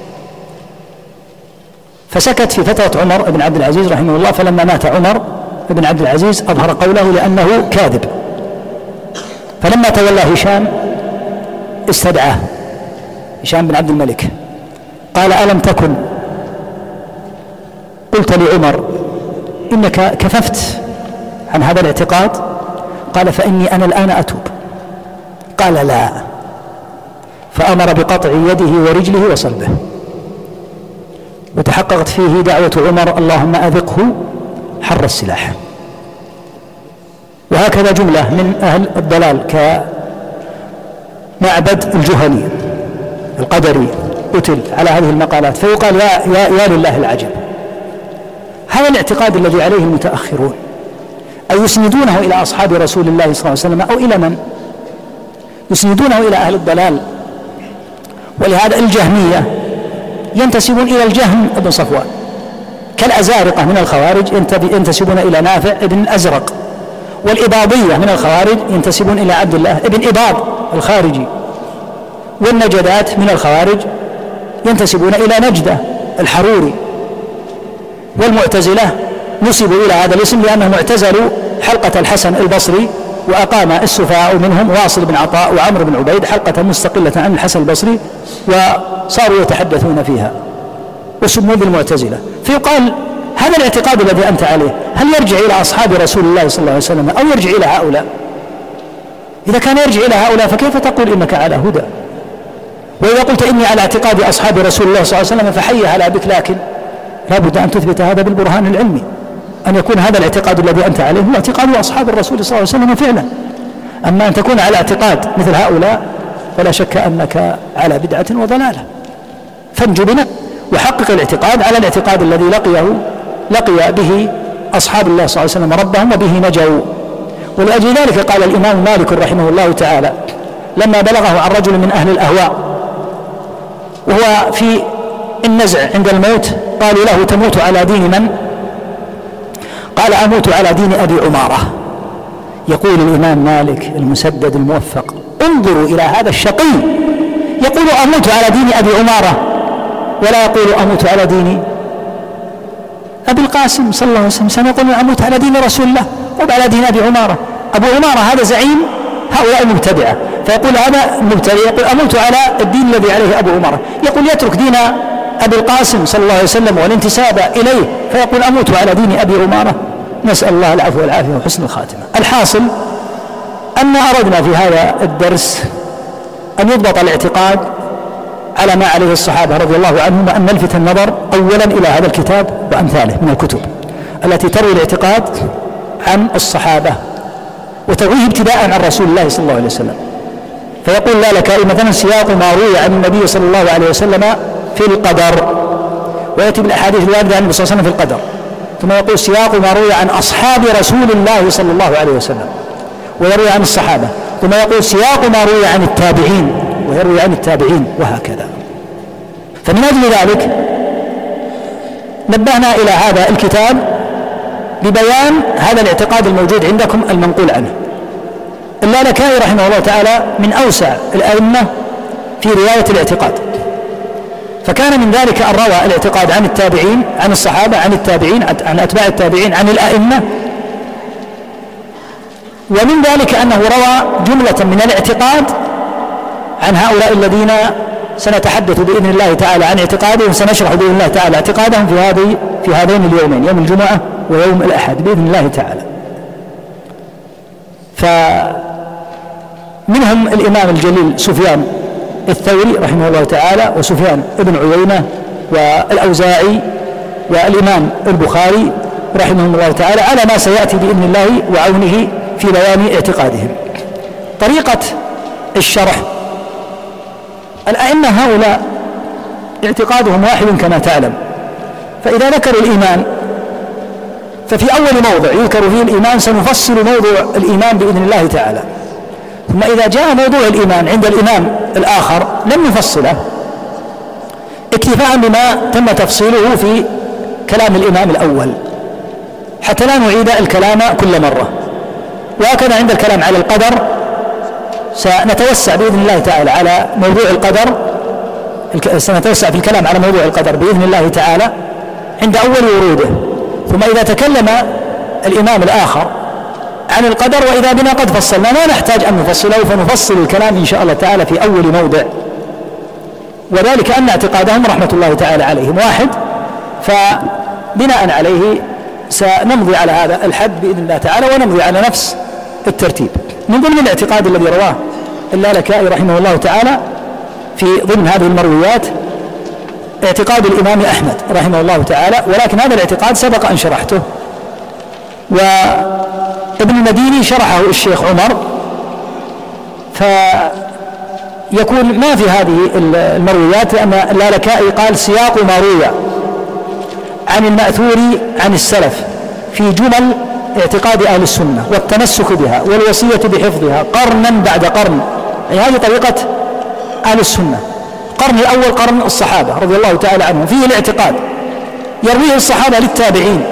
فسكت في فترة عمر بن عبد العزيز رحمه الله، فلما مات عمر بن عبد العزيز أظهر قوله لأنه كاذب. فلما تولى هشام استدعاه هشام بن عبد الملك، قال ألم تكن قلت لعمر إنك كففت عن هذا الاعتقاد؟ قال فإني أنا الآن أتوب. قال لا، فأمر بقطع يده ورجله وصلبه، وتحققت فيه دعوة عمر اللهم أذقه حر السلاح. وهكذا جملة من أهل الضلال كمعبد الجهني القدري قتل على هذه المقالات، فيقال يا, يا, يا لله العجب. هذا الاعتقاد الذي عليه المتأخرون، أي يسندونه إلى أصحاب رسول الله صلى الله عليه وسلم، أو إلى من؟ يسندونه إلى أهل الضلال. ولهذا الجهمية ينتسبون إلى الجهم بن صفوان، كالأزارقة من الخوارج ينتسبون إلى نافع بن الأزرق، والإباضية من الخوارج ينتسبون إلى عبد الله بن إباض الخارجي، والنجدات من الخوارج ينتسبون إلى نجدة الحروري، والمعتزلة نسبوا إلى هذا الاسم لأنهم اعتزلوا حلقة الحسن البصري، وأقام السفهاء منهم واصل بن عطاء وعمر بن عبيد حلقة مستقلة عن الحسن البصري، وصاروا يتحدثون فيها وسموا بالمعتزلة. فيقال هذا الاعتقاد الذي أنت عليه هل يرجع إلى أصحاب رسول الله صلى الله عليه وسلم أو يرجع إلى هؤلاء؟ إذا كان يرجع إلى هؤلاء فكيف تقول إنك على هدى؟ وإذا قلت إني على اعتقاد أصحاب رسول الله صلى الله عليه وسلم فحي على بك، لكن لا بد أن تثبت هذا بالبرهان العلمي، أن يكون هذا الاعتقاد الذي أنت عليه هو اعتقاد أصحاب الرسول صلى الله عليه وسلم فعلا. أما أن تكون على اعتقاد مثل هؤلاء فلا شك أنك على بدعة وضلالة. فانجو بنا وحقق الاعتقاد على الاعتقاد الذي لقيه لقي به أصحاب الله صلى الله عليه وسلم ربهم وبه نجوا. ولأجل ذلك قال الإمام مالك رحمه الله تعالى لما بلغه عن رجل من أهل الأهواء وهو في النزع عند الموت، قالوا له تموت على دين من؟ قال أموت على دين أبي عمارة. يقول الإمام مالك المسدد الموفق انظروا إلى هذا الشقي يقول أموت على دين أبي عمارة ولا يقول أموت على دين أبي القاسم صلى الله عليه وسلم، سنقول أموت على دين رسول الله وعلى دين أبي عمارة. أبو عمارة هذا زعيم هؤلاء المبتدعة، فيقول هذا مبتدع يقول أموت على الدين الذي عليه أبو عمارة، يقول يترك دين أبي القاسم صلى الله عليه وسلم والانتساب إليه فيقول أموت على دين أبي عمارة. نسأل الله العفو والعافية وحسن الخاتمة. الحاصل أن أردنا في هذا الدرس أن يضبط الاعتقاد على ما عليه الصحابة رضي الله عنهم، وأن نلفت النظر أولا إلى هذا الكتاب وأمثاله من الكتب التي تروي الاعتقاد عن الصحابة وترويه ابتداء عن رسول الله صلى الله عليه وسلم. فيقول لا لك مثلا سياق ما روي عن النبي صلى الله عليه وسلم في القدر، ويأتي بالأحاديث الواردة عن النبي صلى الله عليه وسلم في القدر، ثم يقول سياق ما روي عن أصحاب رسول الله صلى الله عليه وسلم ويروي عن الصحابة، ثم يقول سياق ما روي عن التابعين ويروي عن التابعين، وهكذا. فمن أجل ذلك نبهنا إلى هذا الكتاب ببيان هذا الاعتقاد الموجود عندكم المنقول عنه. اللالكائي رحمه الله تعالى من أوسع الأئمة في رواية الاعتقاد، فكان من ذلك أن روى الاعتقاد عن التابعين، عن الصحابة، عن التابعين، عن أتباع التابعين، عن الأئمة. ومن ذلك أنه روى جملة من الاعتقاد عن هؤلاء الذين سنتحدث بإذن الله تعالى عن اعتقادهم، سنشرح بإذن الله تعالى اعتقادهم في هذه في هذين اليومين، يوم الجمعة ويوم الأحد بإذن الله تعالى. فمنهم الإمام الجليل سفيان الثوري رحمه الله تعالى، وسفيان ابن عيينة، والأوزاعي، والإمام البخاري رحمهم الله تعالى، على ما سيأتي بإذن الله وعونه في بيان اعتقادهم. طريقة الشرح: الأئمة هؤلاء اعتقادهم واحد كما تعلم، فإذا ذكروا الإيمان ففي أول موضع يذكر فيه الإيمان سنفصل موضوع الإيمان بإذن الله تعالى، ثم إذا جاء موضوع الإيمان عند الإمام الآخر لم نفصله اكتفاء بما تم تفصيله في كلام الإمام الأول حتى لا نعيد الكلام كل مرة. وهكذا عند الكلام على القدر سنتوسع بإذن الله تعالى على موضوع القدر، سنتوسع في الكلام على موضوع القدر بإذن الله تعالى عند أول وروده، ثم إذا تكلم الإمام الآخر عن القدر وإذا بنا قد فصلنا ما نحتاج أن نفصله فنفصل الكلام إن شاء الله تعالى في أول موضع، وذلك أن اعتقادهم رحمة الله تعالى عليهم واحد، فبناء عليه سنمضي على هذا الحد بإذن الله تعالى ونمضي على نفس الترتيب. من ضمن الاعتقاد الذي رواه اللالكائي رحمه الله تعالى في ضمن هذه المرويات اعتقاد الإمام أحمد رحمه الله تعالى، ولكن هذا الاعتقاد سبق أن شرحته، وابن المديني شرحه الشيخ عمر، فيكون ما في هذه المرويات، لأن اللالكائي قال سياق ما روي عن المأثور عن السلف في جمل اعتقاد أهل السنة والتمسك بها والوصية بحفظها قرنا بعد قرن، يعني هذه طريقة أهل السنة. القرن الأول قرن الصحابة رضي الله تعالى عنهم فيه الاعتقاد يرويه الصحابة للتابعين،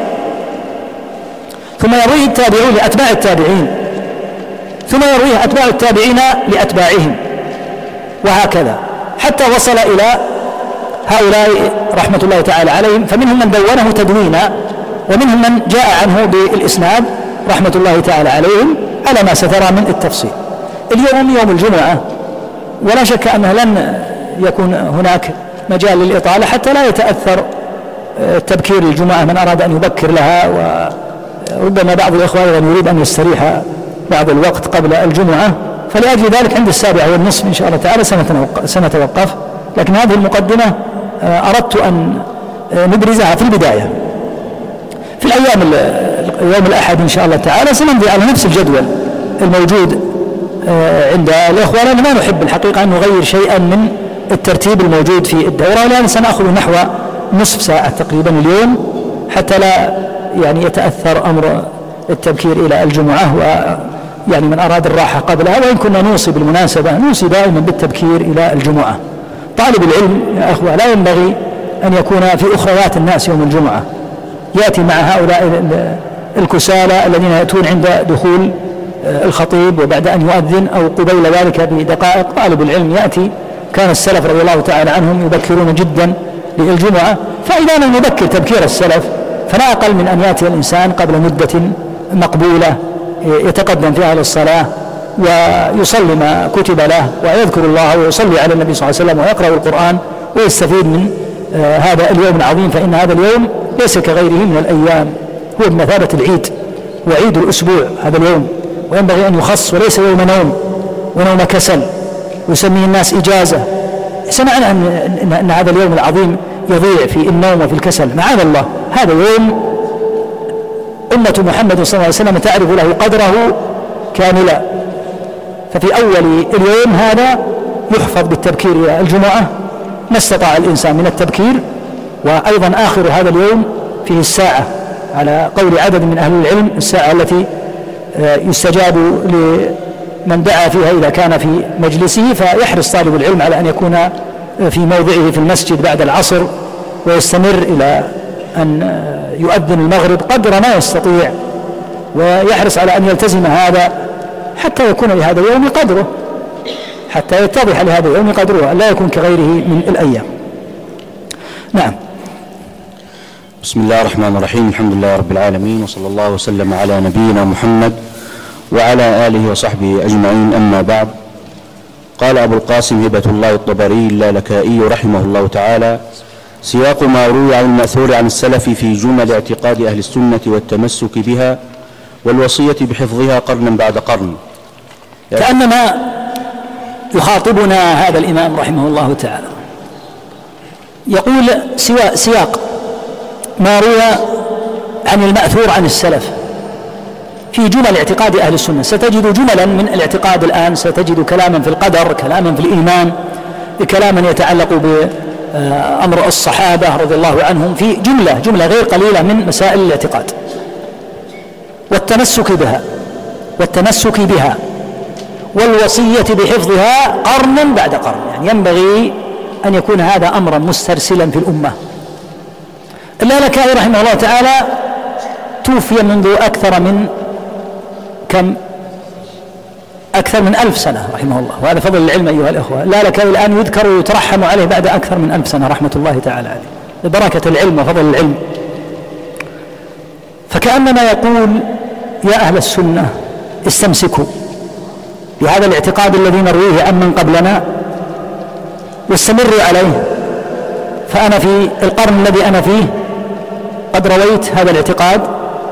ثم يرويه التابعون لأتباع التابعين، ثم يرويه أتباع التابعين لأتباعهم، وهكذا حتى وصل إلى هؤلاء رحمة الله تعالى عليهم، فمنهم من دونه تدوينا ومنهم من جاء عنه بالإسناد رحمة الله تعالى عليهم على ما سترى من التفصيل. اليوم يوم الجمعة، ولا شك أنه لن يكون هناك مجال للإطالة حتى لا يتأثر تبكير الجمعة من أراد أن يبكر لها، وربما بعض الإخوان يريد أن يستريح بعض الوقت قبل الجمعة، فلأجل ذلك عند السابعة والنصف إن شاء الله تعالى سنتوقف. لكن هذه المقدمة أردت أن نبرزها في البداية. في الأيام يوم الأحد إن شاء الله تعالى سنمضي على نفس الجدول الموجود عند الإخوة، لأن ما نحب الحقيقة أن نغير شيئا من الترتيب الموجود في الدورة، ولأن سنأخذ نحو نصف ساعة تقريبا اليوم حتى لا يعني يتأثر أمر التبكير إلى الجمعة، ويعني من أراد الراحة قبلها. وإن كنا نوصي بالمناسبة نوصي دائما بالتبكير إلى الجمعة. طالب العلم يا أخوة لا ينبغي أن يكون في أخريات الناس يوم الجمعة، يأتي مع هؤلاء الكسالى الذين يأتون عند دخول الخطيب وبعد أن يؤذن أو قبيل ذلك بدقائق. طالب العلم يأتي، كان السلف رضي الله تعالى عنهم يبكرون جدا للجمعة، فإذا لم يبكر تبكير السلف فلا أقل من أن يأتي الإنسان قبل مدة مقبولة يتقدم فيها للصلاة ويصلي ما كتب له ويذكر الله ويصلي على النبي صلى الله عليه وسلم ويقرأ القرآن ويستفيد من آه هذا اليوم العظيم، فإن هذا اليوم ليس كغيره من الأيام، هو بمثابة العيد وعيد الأسبوع هذا اليوم، وينبغي أن يخص وليس يوم نوم ونوم كسل ويسميه الناس إجازة. سمعنا أن, إن, إن هذا اليوم العظيم يضيع في النوم وفي الكسل، معاذ الله. هذا يوم أمة محمد صلى الله عليه وسلم تعرف له قدره كاملا، ففي أول اليوم هذا يحفظ بالتبكير إلى الجمعة ما استطاع الإنسان من التبكير، وأيضا آخر هذا اليوم فيه الساعة على قول عدد من أهل العلم، الساعة التي يستجاب لمن دعا فيها إذا كان في مجلسه، فيحرص طالب العلم على أن يكون في موضعه في المسجد بعد العصر ويستمر إلى أن يؤذن المغرب قدر ما يستطيع، ويحرص على أن يلتزم هذا حتى يكون لهذا اليوم قدره، حتى يتضح لهذا اليوم قدره، لا يكون كغيره من الأيام. نعم. بسم الله الرحمن الرحيم، الحمد لله رب العالمين، وصلى الله وسلم على نبينا محمد وعلى آله وصحبه أجمعين، أما بعد. قال أبو القاسم هبة الله الطبري اللالكائي رحمه الله تعالى: سياق ما روي عن المأثور عن السلف في جمل اعتقاد أهل السنة والتمسك بها والوصية بحفظها قرنا بعد قرن. كأنما يخاطبنا هذا الإمام رحمه الله تعالى، يقول سياق ما روي عن المأثور عن السلف في جمل اعتقاد أهل السنة. ستجد جملا من الاعتقاد الآن، ستجد كلاما في القدر، كلاما في الإيمان، كلاما يتعلق بأمر الصحابة رضي الله عنهم، في جملة جملة غير قليلة من مسائل الاعتقاد والتمسك بها والتمسك بها والوصية بحفظها قرنا بعد قرن. يعني ينبغي أن يكون هذا أمرا مسترسلا في الأمة. اللالكائي رحمه الله تعالى توفي منذ أكثر من كم أكثر من ألف سنة رحمه الله، وهذا فضل العلم أيها الأخوة. اللالكائي الآن يذكر ويترحم عليه بعد أكثر من ألف سنة رحمة الله تعالى عليه ببركة العلم وفضل العلم. فكأنما يقول يا أهل السنة استمسكوا بهذا الاعتقاد الذي نرويه عمن قبلنا واستمروا عليه، فأنا في القرن الذي أنا فيه قد رويت هذا الاعتقاد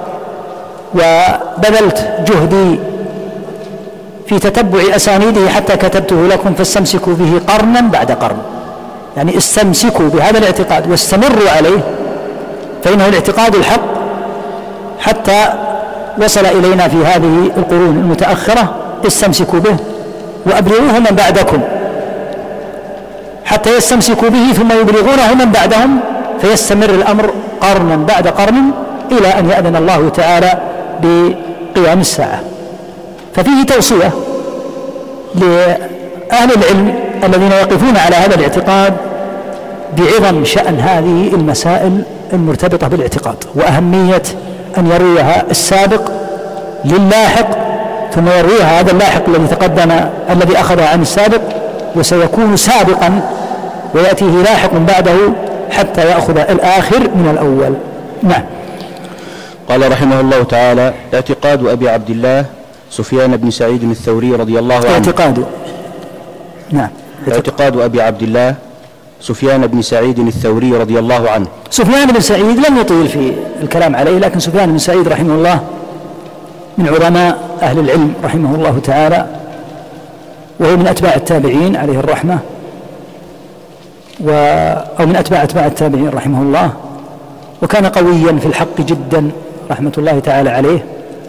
وبذلت جهدي في تتبع أسانيده حتى كتبته لكم، فاستمسكوا به قرنا بعد قرن، يعني استمسكوا بهذا الاعتقاد واستمروا عليه، فإنه الاعتقاد الحق حتى وصل إلينا في هذه القرون المتأخرة. استمسكوا به وأبلغوه من بعدكم حتى يستمسكوا به ثم يبلغونه من بعدهم، فيستمر الأمر قرنا بعد قرن إلى أن يأذن الله تعالى بقيام الساعة. ففيه توصية لأهل العلم الذين يقفون على هذا الاعتقاد بعظم شأن هذه المسائل المرتبطة بالاعتقاد، وأهمية أن يرويها السابق للاحق ثم يرويها هذا اللاحق الذي تقدم الذي أخذها عن السابق، وسيكون سابقا ويأتيه لاحق بعده حتى يأخذ الآخر من الأول. نعم. قال رحمه الله تعالى: اعتقاد أبي عبد الله سفيان بن سعيد الثوري رضي الله عنه. اعتقاد نعم اعتقاد أبي عبد الله سفيان بن سعيد الثوري رضي الله عنه. سفيان بن سعيد لم يطيل في الكلام عليه، لكن سفيان بن سعيد رحمه الله من علماء أهل العلم رحمه الله تعالى، وهو من أتباع التابعين عليه الرحمة، و أو من أتباع أتباع التابعين رحمه الله، وكان قويا في الحق جدا رحمة الله تعالى عليه.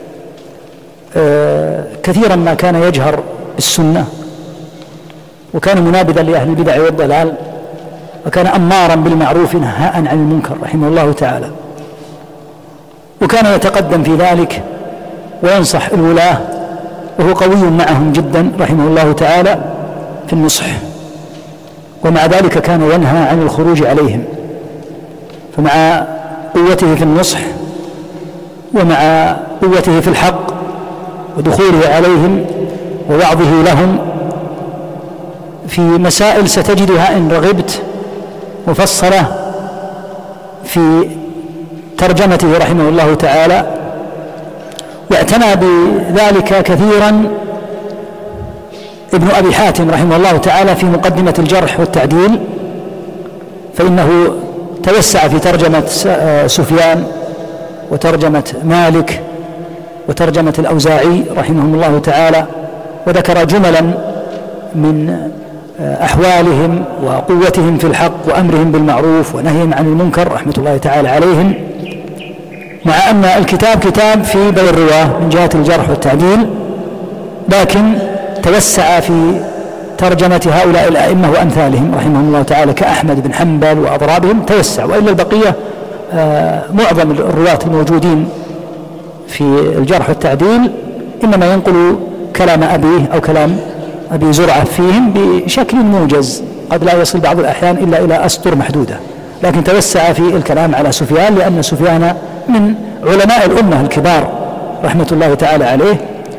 آه كثيرا ما كان يجهر بالسنة، وكان منابذا لأهل البدع والضلال، وكان أمارا بالمعروف نهاء عن المنكر رحمه الله تعالى، وكان يتقدم في ذلك وينصح الولاة، وهو قوي معهم جدا رحمه الله تعالى في النصح، ومع ذلك كان ينهى عن الخروج عليهم. فمع قوته في النصح ومع قوته في الحق ودخوله عليهم ووعظه لهم في مسائل ستجدها إن رغبت مفصلة في ترجمته رحمه الله تعالى، واعتنى بذلك كثيرا ابن أبي حاتم رحمه الله تعالى في مقدمة الجرح والتعديل، فإنه توسع في ترجمة سفيان وترجمة مالك وترجمة الأوزاعي رحمهم الله تعالى، وذكر جملا من أحوالهم وقوتهم في الحق وأمرهم بالمعروف ونهيهم عن المنكر رحمة الله تعالى عليهم، مع أن الكتاب كتاب في بين الرواه من جهة الجرح والتعديل، لكن توسع في ترجمة هؤلاء الأئمة وأمثالهم رحمهم الله تعالى كأحمد بن حنبل وأضرابهم، توسع. وإلا البقية آه معظم الرواة الموجودين في الجرح والتعديل إنما ينقل كلام أبيه أو كلام أبي زرعة فيهم بشكل موجز، قد لا يصل بعض الأحيان إلا إلى أسطر محدودة، لكن توسع في الكلام على سفيان لأن سفيان من علماء الأمة الكبار رحمة الله تعالى عليه،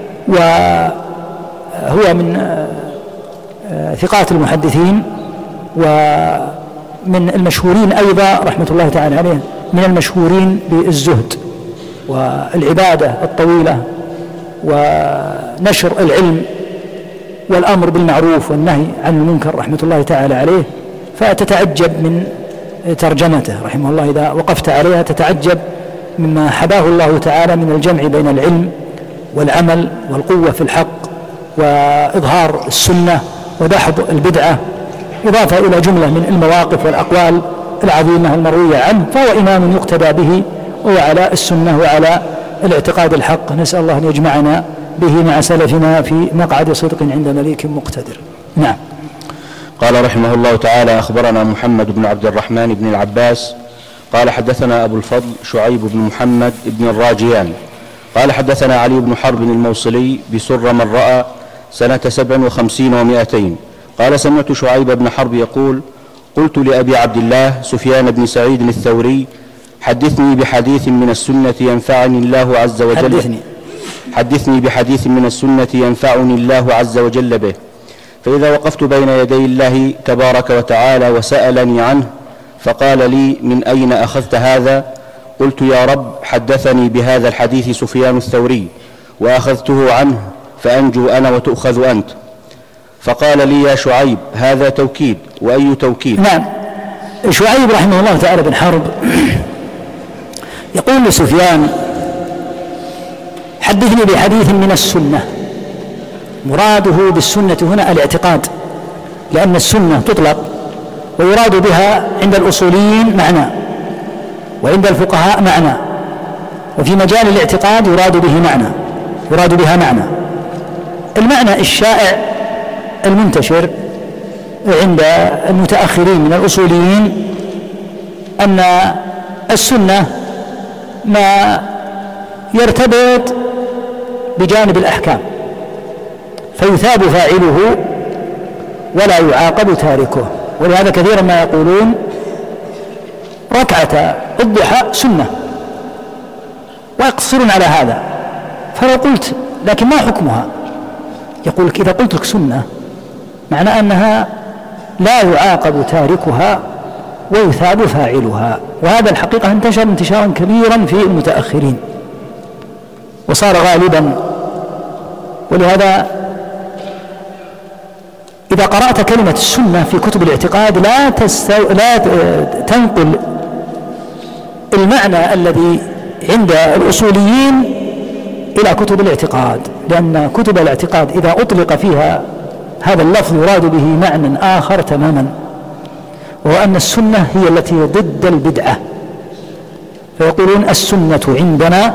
وهو من ثقات المحدثين ومن المشهورين أيضا رحمة الله تعالى عليه، من المشهورين بالزهد والعبادة الطويلة ونشر العلم والأمر بالمعروف والنهي عن المنكر رحمة الله تعالى عليه. فتتعجب من ترجمته رحمه الله، إذا وقفت عليها تتعجب مما حباه الله تعالى من الجمع بين العلم والعمل والقوة في الحق وإظهار السنة ودحض البدعة، إضافة إلى جملة من المواقف والأقوال العظيمة المروية عنه، فهو إمام يقتدى به وعلى السنة وعلى الاعتقاد الحق. نسأل الله أن يجمعنا به مع سلفنا في مقعد صدق عند مليك مقتدر. نعم. قال رحمه الله تعالى: أخبرنا محمد بن عبد الرحمن بن العباس قال حدثنا أبو الفضل شعيب بن محمد بن الراجيان قال حدثنا علي بن حرب الموصلي بسر من رأى سنة سبع وخمسين ومائتين قال: سمعت شعيب بن حرب يقول: قلت لأبي عبد الله سفيان بن سعيد الثوري: حدثني بحديث من السنة ينفعني الله عز وجل حدثني حدثني بحديث من السنة ينفعني الله عز وجل به، فإذا وقفت بين يدي الله تبارك وتعالى وسألني عنه فقال لي: من أين أخذت هذا؟ قلت: يا رب، حدثني بهذا الحديث سفيان الثوري وأخذته عنه فأنجو أنا وتؤخذ أنت. فقال لي: يا شعيب، هذا توكيد. وأي توكيد؟ نعم. شعيب رحمه الله تعالى بن حرب يقول لسفيان: حدثني بحديث من السنة. مراده بالسنة هنا الاعتقاد، لأن السنة تطلق ويراد بها عند الأصوليين معنى، وعند الفقهاء معنى، وفي مجال الاعتقاد يراد به معنى يراد بها معنى. المعنى الشائع المنتشر عند المتأخرين من الأصوليين أن السنة ما يرتبط بجانب الأحكام، فيثاب فاعله ولا يعاقب تاركه. ولهذا كثيرا ما يقولون ركعة الضحى سنة ويقصرون على هذا. فلو قلت لكن ما حكمها؟ يقول لك: إذا قلت لك سنة معنى أنها لا يعاقب تاركها ويثاب فاعلها. وهذا الحقيقة انتشر انتشارا كبيرا في المتأخرين وصار غالبا. ولهذا إذا قرأت كلمة السنة في كتب الاعتقاد لا, تستو... لا تنقل المعنى الذي عند الأصوليين إلى كتب الاعتقاد، لأن كتب الاعتقاد إذا أطلق فيها هذا اللفظ يراد به معنى آخر تماما، وهو أن السنة هي التي ضد البدعة. فيقولون: السنة عندنا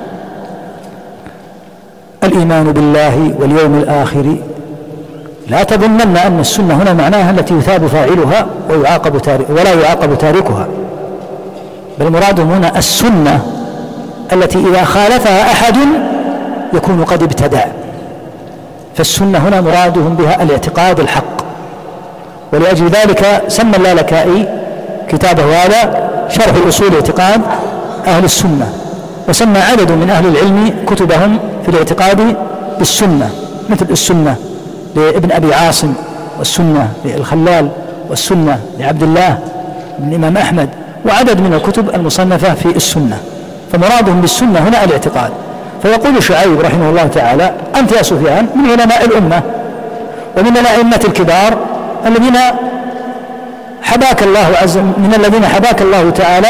الإيمان بالله واليوم الآخر. لا تظنن أن السنة هنا معناها التي يثاب فاعلها ويعاقب تارك ولا يعاقب تاركها، بل مرادهم هنا السنة التي إذا خالفها أحد يكون قد ابتدع. فالسنة هنا مرادهم بها الاعتقاد الحق. ولأجل ذلك سمى اللالكائي كتابه هذا شرح أصول اعتقاد أهل السنة، وسمى عدد من أهل العلم كتبهم في الاعتقاد بالسنة، مثل السنة لابن أبي عاصم، والسنة للخلال، والسنة لعبد الله بن الإمام أحمد، وعدد من الكتب المصنفة في السنة. فمرادهم بالسنة هنا الاعتقاد. فيقول شعيب رحمه الله تعالى: أنت يا سفيان من علماء الأمة ومن الأئمة الكبار الذين حباك الله عز من الذين حباك الله تعالى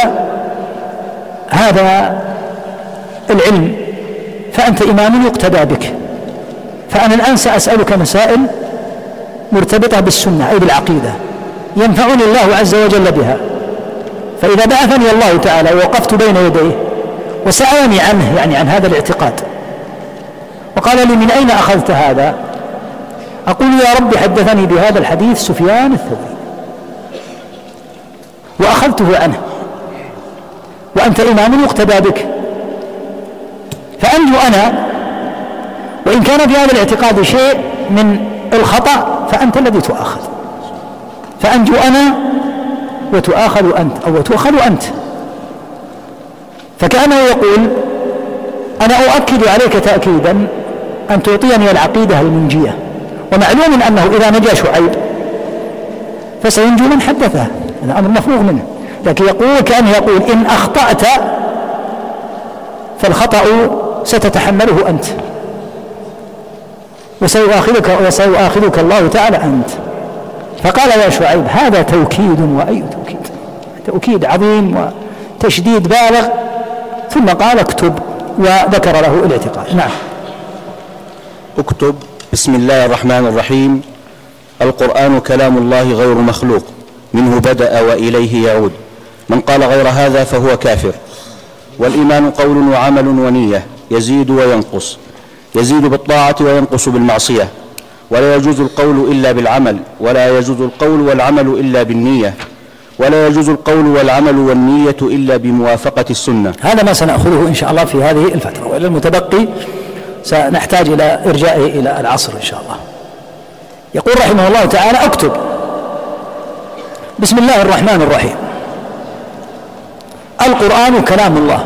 هذا العلم، فأنت إمام يقتدى بك. فأنا الآن سأسألك مسائل مرتبطة بالسنة أي بالعقيدة ينفعني الله عز وجل بها. فإذا بعثني الله تعالى ووقفت بين يديه وسألني عنه، يعني عن هذا الاعتقاد، وقال لي: من أين أخذت هذا؟ أقول: يا رب، حدثني بهذا الحديث سفيان الثوري وأخذته عنه، وأنت إمام يقتدى بك، فأنجو أنا، وإن كان في هذا الاعتقاد شيء من الخطأ فأنت الذي تؤاخذ، فأنجو أنا وتؤاخذ أنت أو تؤخذ أنت. فكأنه يقول: أنا أؤكد عليك تأكيدا أن تعطيني العقيدة المنجية. ومعلوم أنه إذا نجا شعيب فسينجو من حدثه، هذا أمر مفروغ منه. لكن يقول كأنه يقول: إن أخطأت فالخطأ ستتحمله أنت، وسيؤاخذك وسيؤاخذك الله تعالى أنت. فقال: يا شعيب، هذا توكيد. وأي توكيد؟ توكيد عظيم وتشديد بالغ. ثم قال: اكتب، وذكر له الاعتقاد. نعم. اكتب: بسم الله الرحمن الرحيم. القرآن كلام الله غير مخلوق، منه بدأ وإليه يعود. من قال غير هذا فهو كافر. والإيمان قول وعمل ونية، يزيد وينقص، يزيد بالطاعة وينقص بالمعصية. ولا يجوز القول إلا بالعمل، ولا يجوز القول والعمل إلا بالنية، ولا يجوز القول والعمل والنية إلا بموافقة السنة. هذا ما سنأخذه إن شاء الله في هذه الفترة، وإلى المتبقي سنحتاج إلى إرجائه إلى العصر إن شاء الله. يقول رحمه الله تعالى: اكتب بسم الله الرحمن الرحيم. القرآن كلام الله.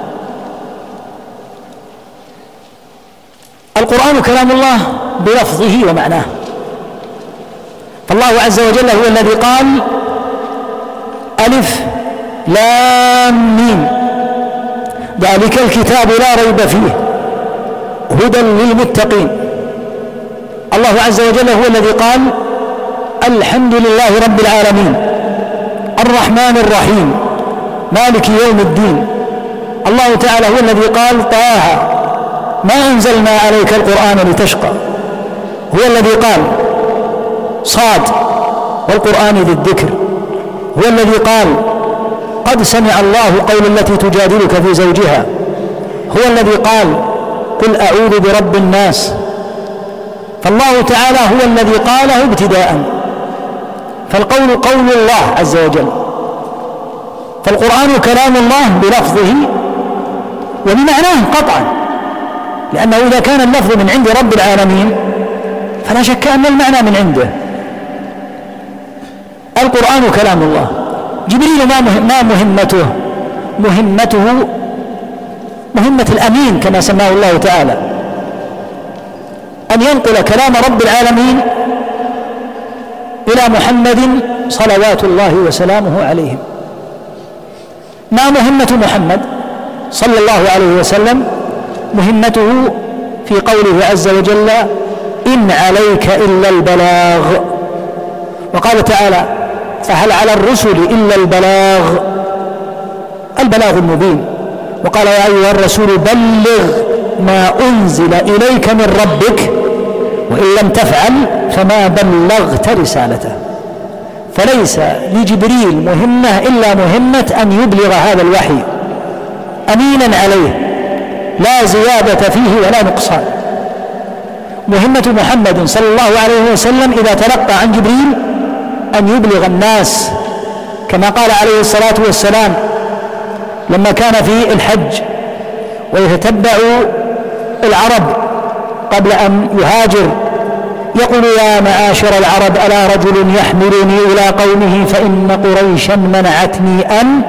القرآن كلام الله بلفظه ومعناه، فالله عز وجل هو الذي قال: ألف لام ميم ذلك الكتاب لا ريب فيه هدى للمتقين. الله عز وجل هو الذي قال: الحمد لله رب العالمين الرحمن الرحيم مالك يوم الدين. الله تعالى هو الذي قال: طه ما أنزلنا عليك القرآن لتشقى. هو الذي قال: صاد والقرآن ذي الذكر. هو الذي قال: قد سمع الله قول التي تجادلك في زوجها. هو الذي قال: قل أعوذ برب الناس. فالله تعالى هو الذي قاله ابتداء، فالقول قول الله عز وجل. فالقرآن كلام الله بلفظه وبمعناه قطعا، لأنه إذا كان اللفظ من عند رب العالمين فلا شك أن المعنى من عنده. القرآن كلام الله. جبريل ما مهمته؟ مهمته مهمة الأمين كما سماه الله تعالى، أن ينقل كلام رب العالمين إلى محمد صلوات الله وسلامه عليه. ما مهمة محمد صلى الله عليه وسلم؟ مهمته في قوله عز وجل: إن عليك إلا البلاغ. وقال تعالى: فهل على الرسل إلا البلاغ، البلاغ المبين. وقال: يا أيها الرسول بلغ ما أنزل إليك من ربك وإن لم تفعل فما بلغت رسالته. فليس لجبريل مهمة إلا مهمة أن يبلغ هذا الوحي أمينا عليه، لا زيادة فيه ولا نقصان. مهمة محمد صلى الله عليه وسلم إذا تلقى عن جبريل أن يبلغ الناس، كما قال عليه الصلاة والسلام لما كان في الحج ويتتبع العرب قبل أن يهاجر، يقول: يا معاشر العرب ألا رجل يحملني إلى قومه فإن قريشا منعتني أن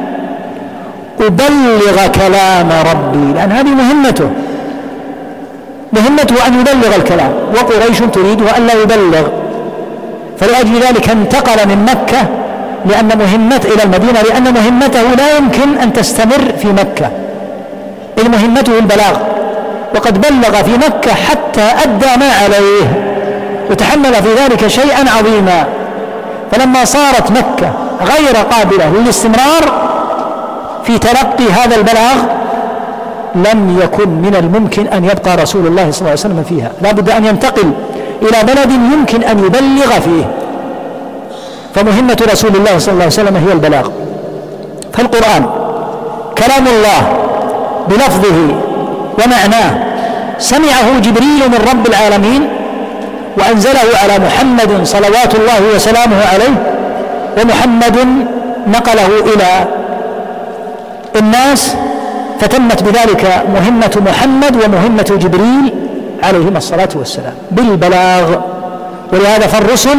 أبلغ كلام ربي. لأن هذه مهمته، مهمته أن يبلغ الكلام، وقريش تريده أن لا يبلغ. فلأجل ذلك انتقل من مكة لأن مهمته إلى المدينة، لأن مهمته لا يمكن أن تستمر في مكة، إذ مهمته البلاغ. وقد بلغ في مكة حتى أدى ما عليه وتحمل في ذلك شيئا عظيما. فلما صارت مكة غير قابلة للاستمرار في تلقي هذا البلاغ لم يكن من الممكن أن يبقى رسول الله صلى الله عليه وسلم فيها، لا بد أن ينتقل إلى بلد يمكن أن يبلغ فيه. فمهمة رسول الله صلى الله عليه وسلم هي البلاغ. فالقرآن كلام الله بلفظه ومعناه، سمعه جبريل من رب العالمين وأنزله على محمد صلوات الله وسلامه عليه، ومحمد نقله إلى الناس، فتمت بذلك مهمة محمد ومهمة جبريل عليهما الصلاة والسلام بالبلاغ. ولهذا فالرسل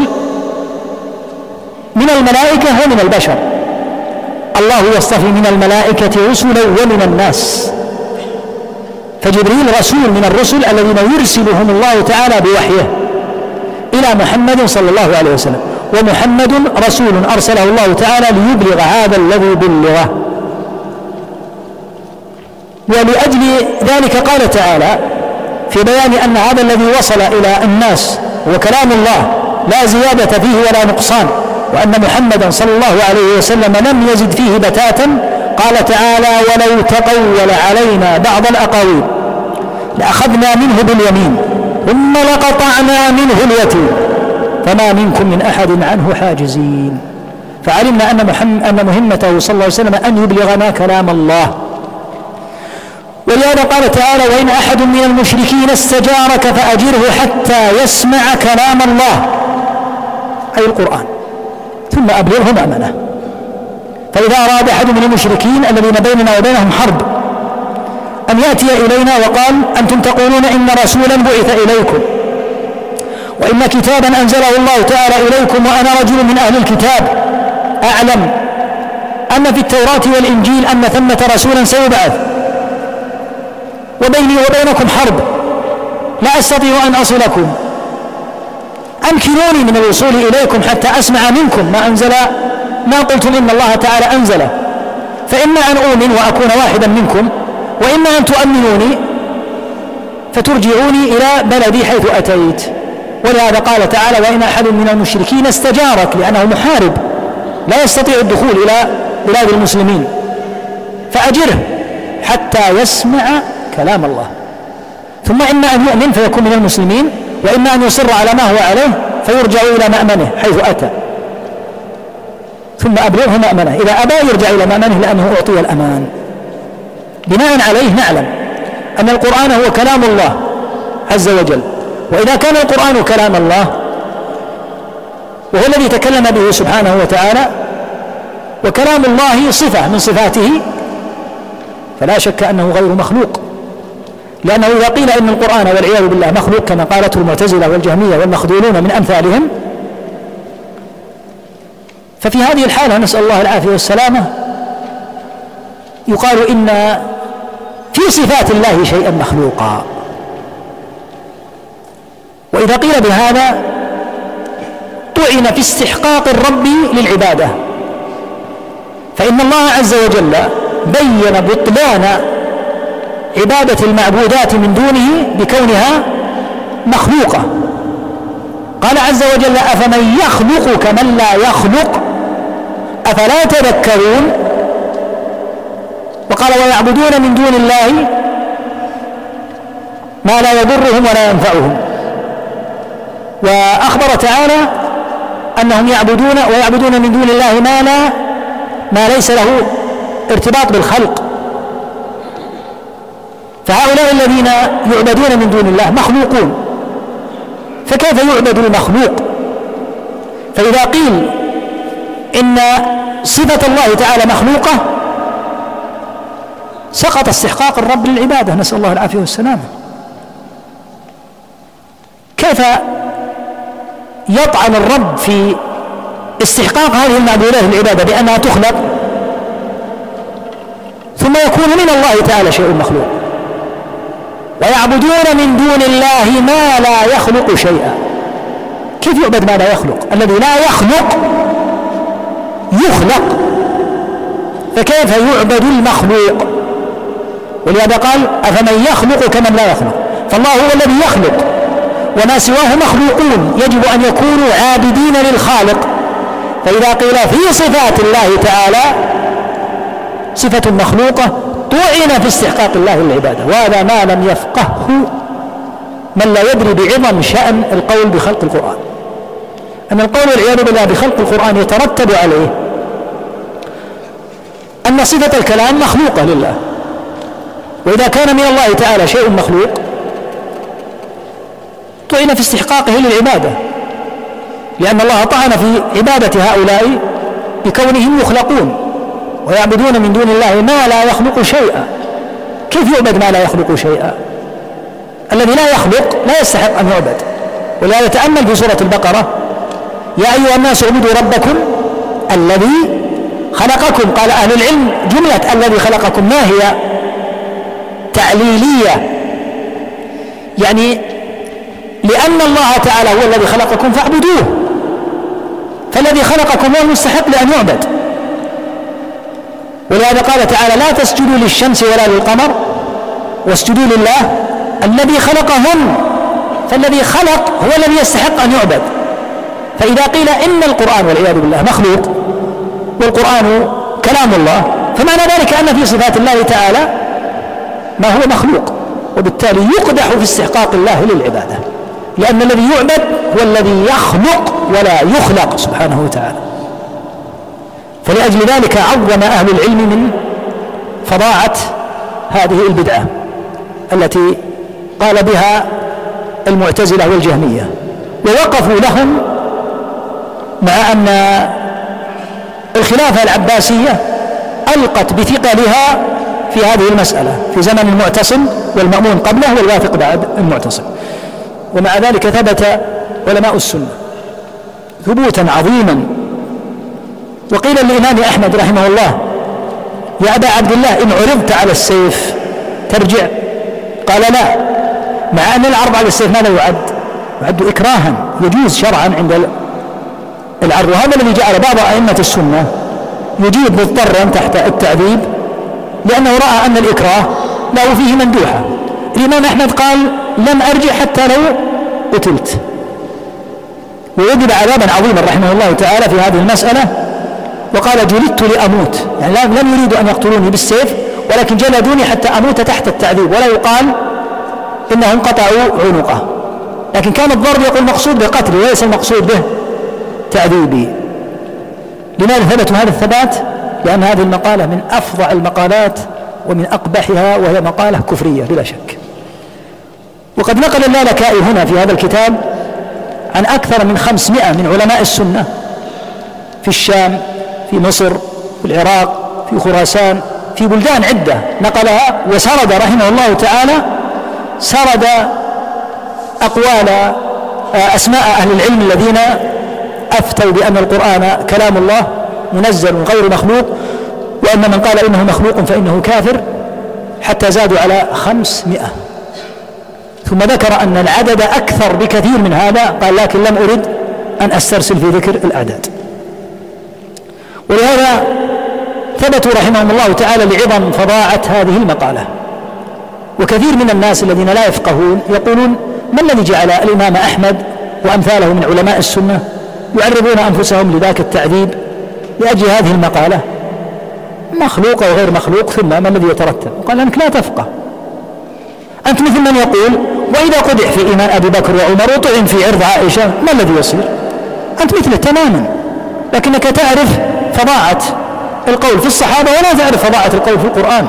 من الملائكة ومن البشر، الله يصطفي من الملائكة رسلا ومن الناس. فجبريل رسول من الرسل الذين يرسلهم الله تعالى بوحيه إلى محمد صلى الله عليه وسلم، ومحمد رسول أرسله الله تعالى ليبلغ هذا الذي بلغه. ولأجل ذلك قال تعالى في بيان أن هذا الذي وصل إلى الناس هو كلام الله لا زيادة فيه ولا نقصان، وأن محمدا صلى الله عليه وسلم لم يزد فيه بتاتا، قال تعالى: ولو تقول علينا بعض الأقاويل لأخذنا منه باليمين ثم لقطعنا منه الوتين فما منكم من أحد عنه حاجزين. فعلمنا أن, محمد أن مهمته صلى الله عليه وسلم أن يبلغنا كلام الله. ولهذا قال تعالى: وإن أحد من المشركين استجارك فأجره حتى يسمع كلام الله، أي القرآن، ثم أبلغه مأمنه. فإذا أراد أحد من المشركين الذين بيننا وبينهم حرب أن يأتي إلينا وقال: أنتم تقولون إن رسولا بعث إليكم وإن كتابا أنزله الله تعالى إليكم وأنا رجل من أهل الكتاب، أعلم أن في التوراة والإنجيل أن ثمة رسولا سيبعث وبيني وبينكم حرب لا أستطيع أن أصلكم، أمكنوني من الوصول إليكم حتى أسمع منكم ما أنزل ما قلتم إن الله تعالى أنزله، فإما أن أؤمن وأكون واحدا منكم، وإما أن تؤمنوني فترجعوني إلى بلدي حيث أتيت. ولهذا قال تعالى: وإن أحد من المشركين استجارك، لأنه محارب لا يستطيع الدخول إلى بلاد المسلمين، فأجره حتى يسمع كلام الله، ثم إما أن يؤمن فيكون من المسلمين، وإما أن يصر على ما هو عليه فيرجع إلى مأمنه حيث أتى، ثم أبلغه مأمنه، إذا أبى يرجع إلى مأمنه لأنه أعطي الأمان. بناء عليه نعلم أن القرآن هو كلام الله عز وجل، وإذا كان القرآن كلام الله وهو الذي تكلم به سبحانه وتعالى، وكلام الله صفة من صفاته، فلا شك أنه غير مخلوق، لأنه إذا قيل إن القرآن والعياذ بالله مخلوق كما قالته المعتزلة والجهمية والمخذولون من أمثالهم، ففي هذه الحالة نسأل الله العافية والسلامة يقال إن في صفات الله شيئا مخلوقا. وإذا قيل بهذا طعن في استحقاق الرب للعبادة، فإن الله عز وجل بين بطلان عبادة المعبودات من دونه بكونها مخلوقة. قال عز وجل: أفمن يخلق كمن لا يخلق أفلا تذكرون. وقال: ويعبدون من دون الله ما لا يضرهم ولا ينفعهم. وأخبر تعالى أنهم يعبدون ويعبدون من دون الله ما لا ما ليس له ارتباط بالخلق، فهؤلاء الذين يعبدون من دون الله مخلوقون، فكيف يعبد المخلوق؟ فإذا قيل إن صفة الله تعالى مخلوقة سقط استحقاق الرب للعبادة، نسأل الله العافية والسلامة. كيف يطعن الرب في استحقاق هذه المعبودات للعبادة بأنها تخلق ثم يكون من الله تعالى شيء مخلوق؟ ويعبدون من دون الله ما لا يخلق شيئا. كيف يعبد ما لا يخلق؟ الذي لا يخلق يخلق، فكيف يعبد المخلوق؟ ولهذا قال: أفمن يخلق كمن لا يخلق. فالله هو الذي يخلق، وما سواه مخلوقون، يجب أن يكونوا عابدين للخالق. فإذا قيل في صفات الله تعالى صفة مخلوقة طعن في استحقاق الله للعبادة، وهذا ما لم يفقهه من لا يدري بعظم شأن القول بخلق القرآن. أن القول والعياذ بالله بخلق القرآن يترتب عليه أن صفة الكلام مخلوقة لله، وإذا كان من الله تعالى شيء مخلوق طعن في استحقاقه للعبادة، لأن الله طعن في عبادة هؤلاء بكونهم يخلقون ويعبدون من دون الله ما لا يخلق شيئا. كيف يعبد ما لا يخلق شيئا؟ الذي لا يخلق لا يستحق أن يعبد. ولهذا تأمل في سورة البقرة: يا أيها الناس اعبدوا ربكم الذي خلقكم. قال أهل العلم جملة الذي خلقكم ما هي تعليلية، يعني لأن الله تعالى هو الذي خلقكم فاعبدوه، فالذي خلقكم هو المستحق لأن يعبد. ولهذا قال تعالى: لا تسجدوا للشمس ولا للقمر واسجدوا لله الذي خلقهم، فالذي خلق هو الذي يستحق أن يعبد. فإذا قيل إن القرآن والعياذ بالله مخلوق والقرآن كلام الله، فمعنى ذلك أن في صفات الله تعالى ما هو مخلوق، وبالتالي يقدح في استحقاق الله للعبادة، لأن الذي يعبد هو الذي يخلق ولا يخلق سبحانه وتعالى. فلأجل ذلك عظم أهل العلم من فظاعة هذه البدعة التي قال بها المعتزلة والجهمية، ووقفوا لهم مع أن الخلافة العباسية ألقت بثقلها في هذه المسألة في زمن المعتصم والمأمون قبله والواثق بعد المعتصم. ومع ذلك ثبت علماء السنة ثبوتا عظيما وقيل للإمام أحمد رحمه الله: يا أبا عبد الله إن عرضت على السيف ترجع؟ قال: لا، مع أن العرض على السيف ماذا يعد؟ يعد إكراها، يجوز شرعا عند العرض. وهذا الذي جعل بعض أئمة السنة يجيب مضطرا تحت التعذيب، لأنه رأى أن الإكراه له فيه مندوحة. الإمام أحمد قال: لم أرجع حتى لو قتلت، ووجب عذابا عظيما رحمه الله تعالى في هذه المسألة، وقال: جلدت لأموت، يعني لم يريدوا أن يقتلوني بالسيف، ولكن جلدوني حتى أموت تحت التعذيب، ولا يقال إنهم قطعوا عنقه، لكن كان الضرب يقول مقصود بقتله وليس المقصود به تعذيبه. لماذا ثبتوا هذا الثبات؟ لأن هذه المقالة من أفظع المقالات ومن أقبحها، وهي مقالة كفرية بلا شك. وقد نقل اللالكائي هنا في هذا الكتاب عن أكثر من خمسمائة من علماء السنة في الشام، في مصر، في العراق، في خراسان، في بلدان عدة نقلها، وسرد رحمه الله تعالى سرد أقوال أسماء أهل العلم الذين أفتوا بأن القرآن كلام الله منزل غير مخلوق، وأن من قال إنه مخلوق فإنه كافر، حتى زادوا على خمسمائة. ثم ذكر أن العدد أكثر بكثير من هذا، قال: لكن لم أرد أن أسترسل في ذكر الأعداد. ولهذا ثبتوا رحمهم الله تعالى لعظم فظاعة هذه المقالة. وكثير من الناس الذين لا يفقهون يقولون: ما الذي جعل الإمام أحمد وأمثاله من علماء السنة يعرضون أنفسهم لذاك التعذيب لأجل هذه المقالة؟ مخلوق وغير مخلوق، ثم ما الذي يترتب؟ قال: أنك لا تفقه، أنت مثل من يقول: وإذا قدح في إيمان أبي بكر وعمر وطعن في عرض عائشة ما الذي يصير؟ أنت مثله تماما، لكنك تعرف فظاعة القول في الصحابة ولا تعرف فظاعة القول في القرآن.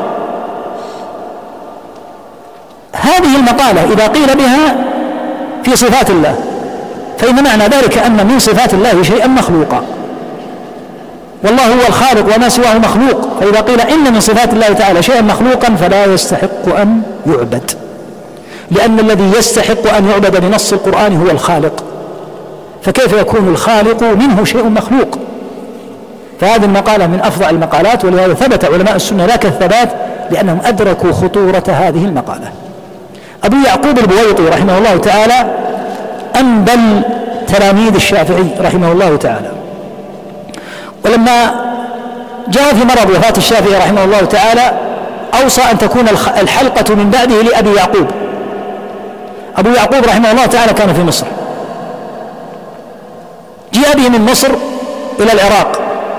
هذه المقالة إذا قيل بها في صفات الله فإن معنى ذلك أن من صفات الله شيئا مخلوقا، والله هو الخالق وما سواه مخلوق. فإذا قيل إن من صفات الله تعالى شيئا مخلوقا فلا يستحق أن يعبد، لأن الذي يستحق أن يعبد بنص القرآن هو الخالق، فكيف يكون الخالق منه شيء مخلوق؟ فهذه المقالة من أفظع المقالات، ولهذا ثبت علماء السنة ذاك الثبات لأنهم أدركوا خطورة هذه المقالة. أبو يعقوب البويطي رحمه الله تعالى أنبل تلاميذ الشافعي رحمه الله تعالى، ولما جاء في مرض وفاة الشافعي رحمه الله تعالى أوصى أن تكون الحلقة من بعده لأبي يعقوب. أبو يعقوب رحمه الله تعالى كان في مصر، جاء به من مصر إلى العراق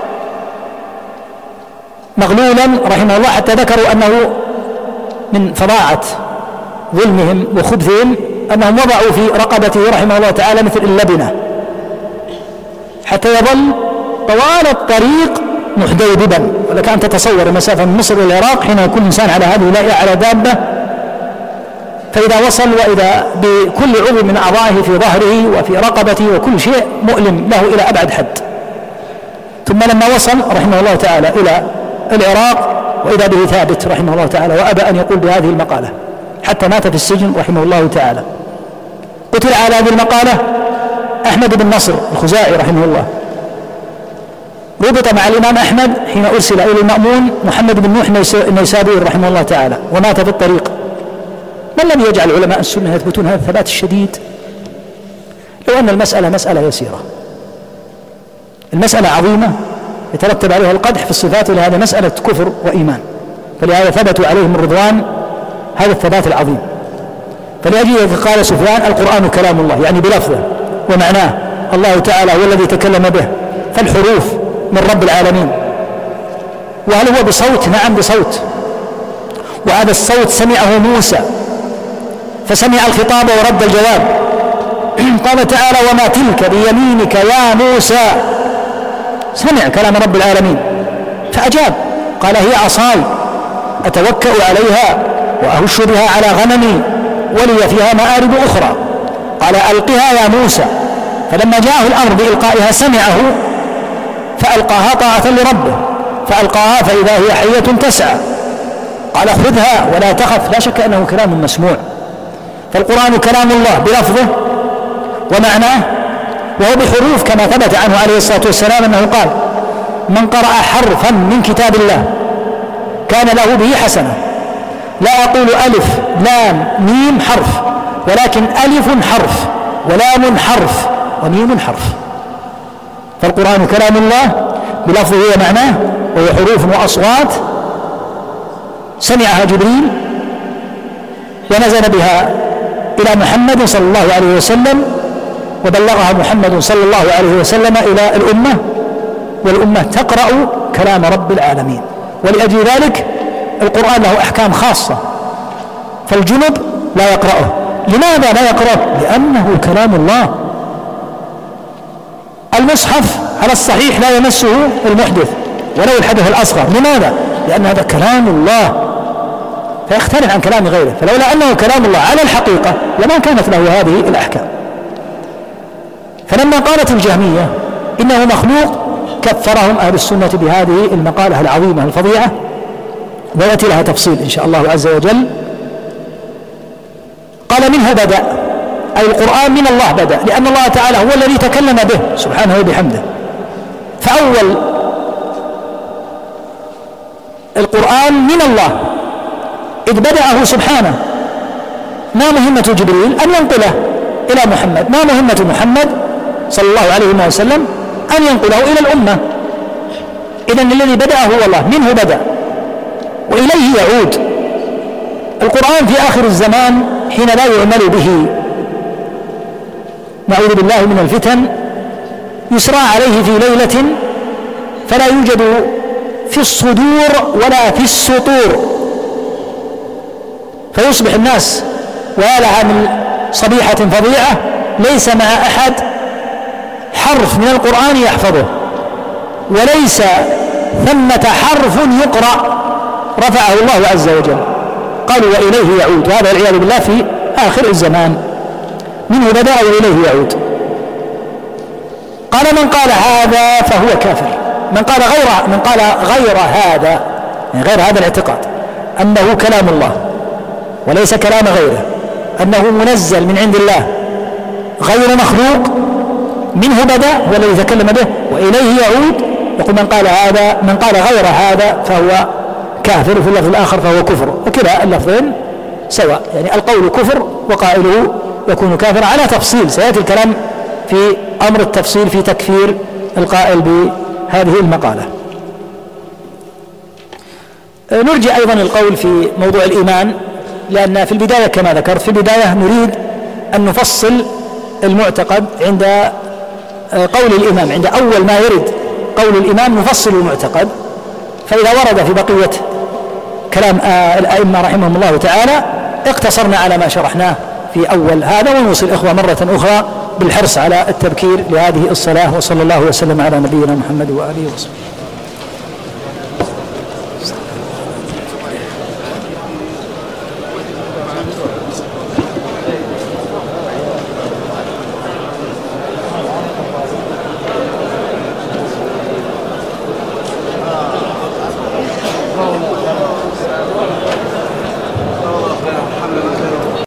مغلولا رحمه الله، حتى ذكروا أنه من فظاعة ظلمهم وخبثهم أنهم وضعوا في رقبته رحمه الله تعالى مثل اللبنة حتى يظل طوال الطريق محدودبا. ولك أن تتصور المسافة من مصر إلى العراق حين يكون الإنسان على هذه لا على دابة، فإذا وصل وإذا بكل عضو من أعضائه في ظهره وفي رقبته وكل شيء مؤلم له إلى أبعد حد. ثم لما وصل رحمه الله تعالى إلى العراق وإذا به ثابت رحمه الله تعالى، وأبى أن يقول بهذه المقالة حتى مات في السجن رحمه الله تعالى. قتل على هذه المقالة أحمد بن نصر الخزاعي رحمه الله، ربط مع الإمام أحمد حين أرسل إلى المأمون محمد بن نوح النيسابوري رحمه الله تعالى، ومات في الطريق. ما الذي يجعل علماء السنة يثبتون هذا الثبات الشديد؟ لو أن المسألة مسألة يسيرة، المسألة عظيمة يترتب عليها القدح في الصفات، ولهذا مسألة كفر وإيمان، فلهذا ثبتوا عليهم الرضوان هذا الثبات العظيم. فلأجل قال سفيان: القرآن كلام الله، يعني بلفظه ومعناه، الله تعالى هو الذي تكلم به، فالحروف من رب العالمين. وهل هو بصوت؟ نعم بصوت، وهذا الصوت سمعه موسى فسمع الخطاب ورد الجواب. قال تعالى: وما تلك بيمينك يا موسى، سمع كلام رب العالمين فأجاب، قال: هي عصاي أتوكأ عليها وأهش بها على غنمي ولي فيها مآرب أخرى. قال: ألقها يا موسى. فلما جاءه الأمر بإلقائها سمعه فألقاها طاعة لربه، فألقاها فإذا هي حية تسعى. قال: خذها ولا تخف. لا شك أنه كلام مسموع، فالقرآن كلام الله بلفظه ومعناه، وهو بحروف كما ثبت عنه عليه الصلاة والسلام أنه قال: من قرأ حرفا من كتاب الله كان له به حسنة. لا أقول ألف لام ميم حرف، ولكن ألف حرف ولام حرف وميم حرف. فالقرآن كلام الله بلفظه ومعناه، وهو حروف وأصوات سمعها جبريل ونزل بها إلى محمد صلى الله عليه وسلم، وبلغها محمد صلى الله عليه وسلم إلى الأمة، والأمة تقرأ كلام رب العالمين. ولأجل ذلك القرآن له أحكام خاصة، فالجنب لا يقرأه. لماذا لا يقرأه؟ لأنه كلام الله. المصحف على الصحيح لا يمسه المحدث ولو الحدث الأصغر. لماذا؟ لأن هذا كلام الله فيختلف عن كلام غيره، فلولا أنه كلام الله على الحقيقة لما كانت له هذه الأحكام. فلما قالت الجهمية إنه مخلوق كفرهم أهل السنة بهذه المقالة العظيمة الفظيعة، ويأتي لها تفصيل إن شاء الله عز وجل. قال منه بدأ، أي القرآن من الله بدأ، لأن الله تعالى هو الذي تكلم به سبحانه وبحمده. فأول القرآن من الله إذ بدأه سبحانه. ما مهمة جبريل؟ أن ينقله إلى محمد. ما مهمة محمد صلى الله عليه وسلم؟ أن ينقله إلى الأمة. إذن الذي بدأه هو الله، منه بدأ وإليه يعود. القرآن في آخر الزمان حين لا يعمل به، نعوذ بالله من الفتن، يسرى عليه في ليلة فلا يوجد في الصدور ولا في السطور، فيصبح الناس ويا لها من صبيحة فظيعة ليس مع أحد حرف من القرآن يحفظه، وليس ثمة حرف يقرأ رفعه الله عز وجل. قالوا وإليه يعود، وهذا والعياذ بالله في آخر الزمان. منه بدأ وإليه يعود. قال من قال هذا فهو كافر. من قال غير من قال غير هذا، يعني غير هذا الاعتقاد أنه كلام الله وليس كلام غيره، أنه منزل من عند الله غير مخلوق، منه بدأ هو الذي تكلم به وإليه يعود. يقول من قال هذا من قال غير هذا فهو كافر، في اللفظ الآخر فهو كفر، وكلا اللفظين سواء، يعني القول كفر وقائله يكون كافر على تفصيل. سيأتي الكلام في أمر التفصيل في تكفير القائل بهذه المقالة. نرجع أيضا القول في موضوع الإيمان، لأن في البداية كما ذكرت في البداية نريد أن نفصل المعتقد عند قول الإمام، عند أول ما يرد قول الإمام نفصل المعتقد، فإذا ورد في بقية كلام الأئمة رحمهم الله تعالى اقتصرنا على ما شرحناه في أول هذا، ونوصي الإخوة مرة أخرى بالحرص على التبكير لهذه الصلاة. وصلى الله وسلم على نبينا محمد وآله وصحبه.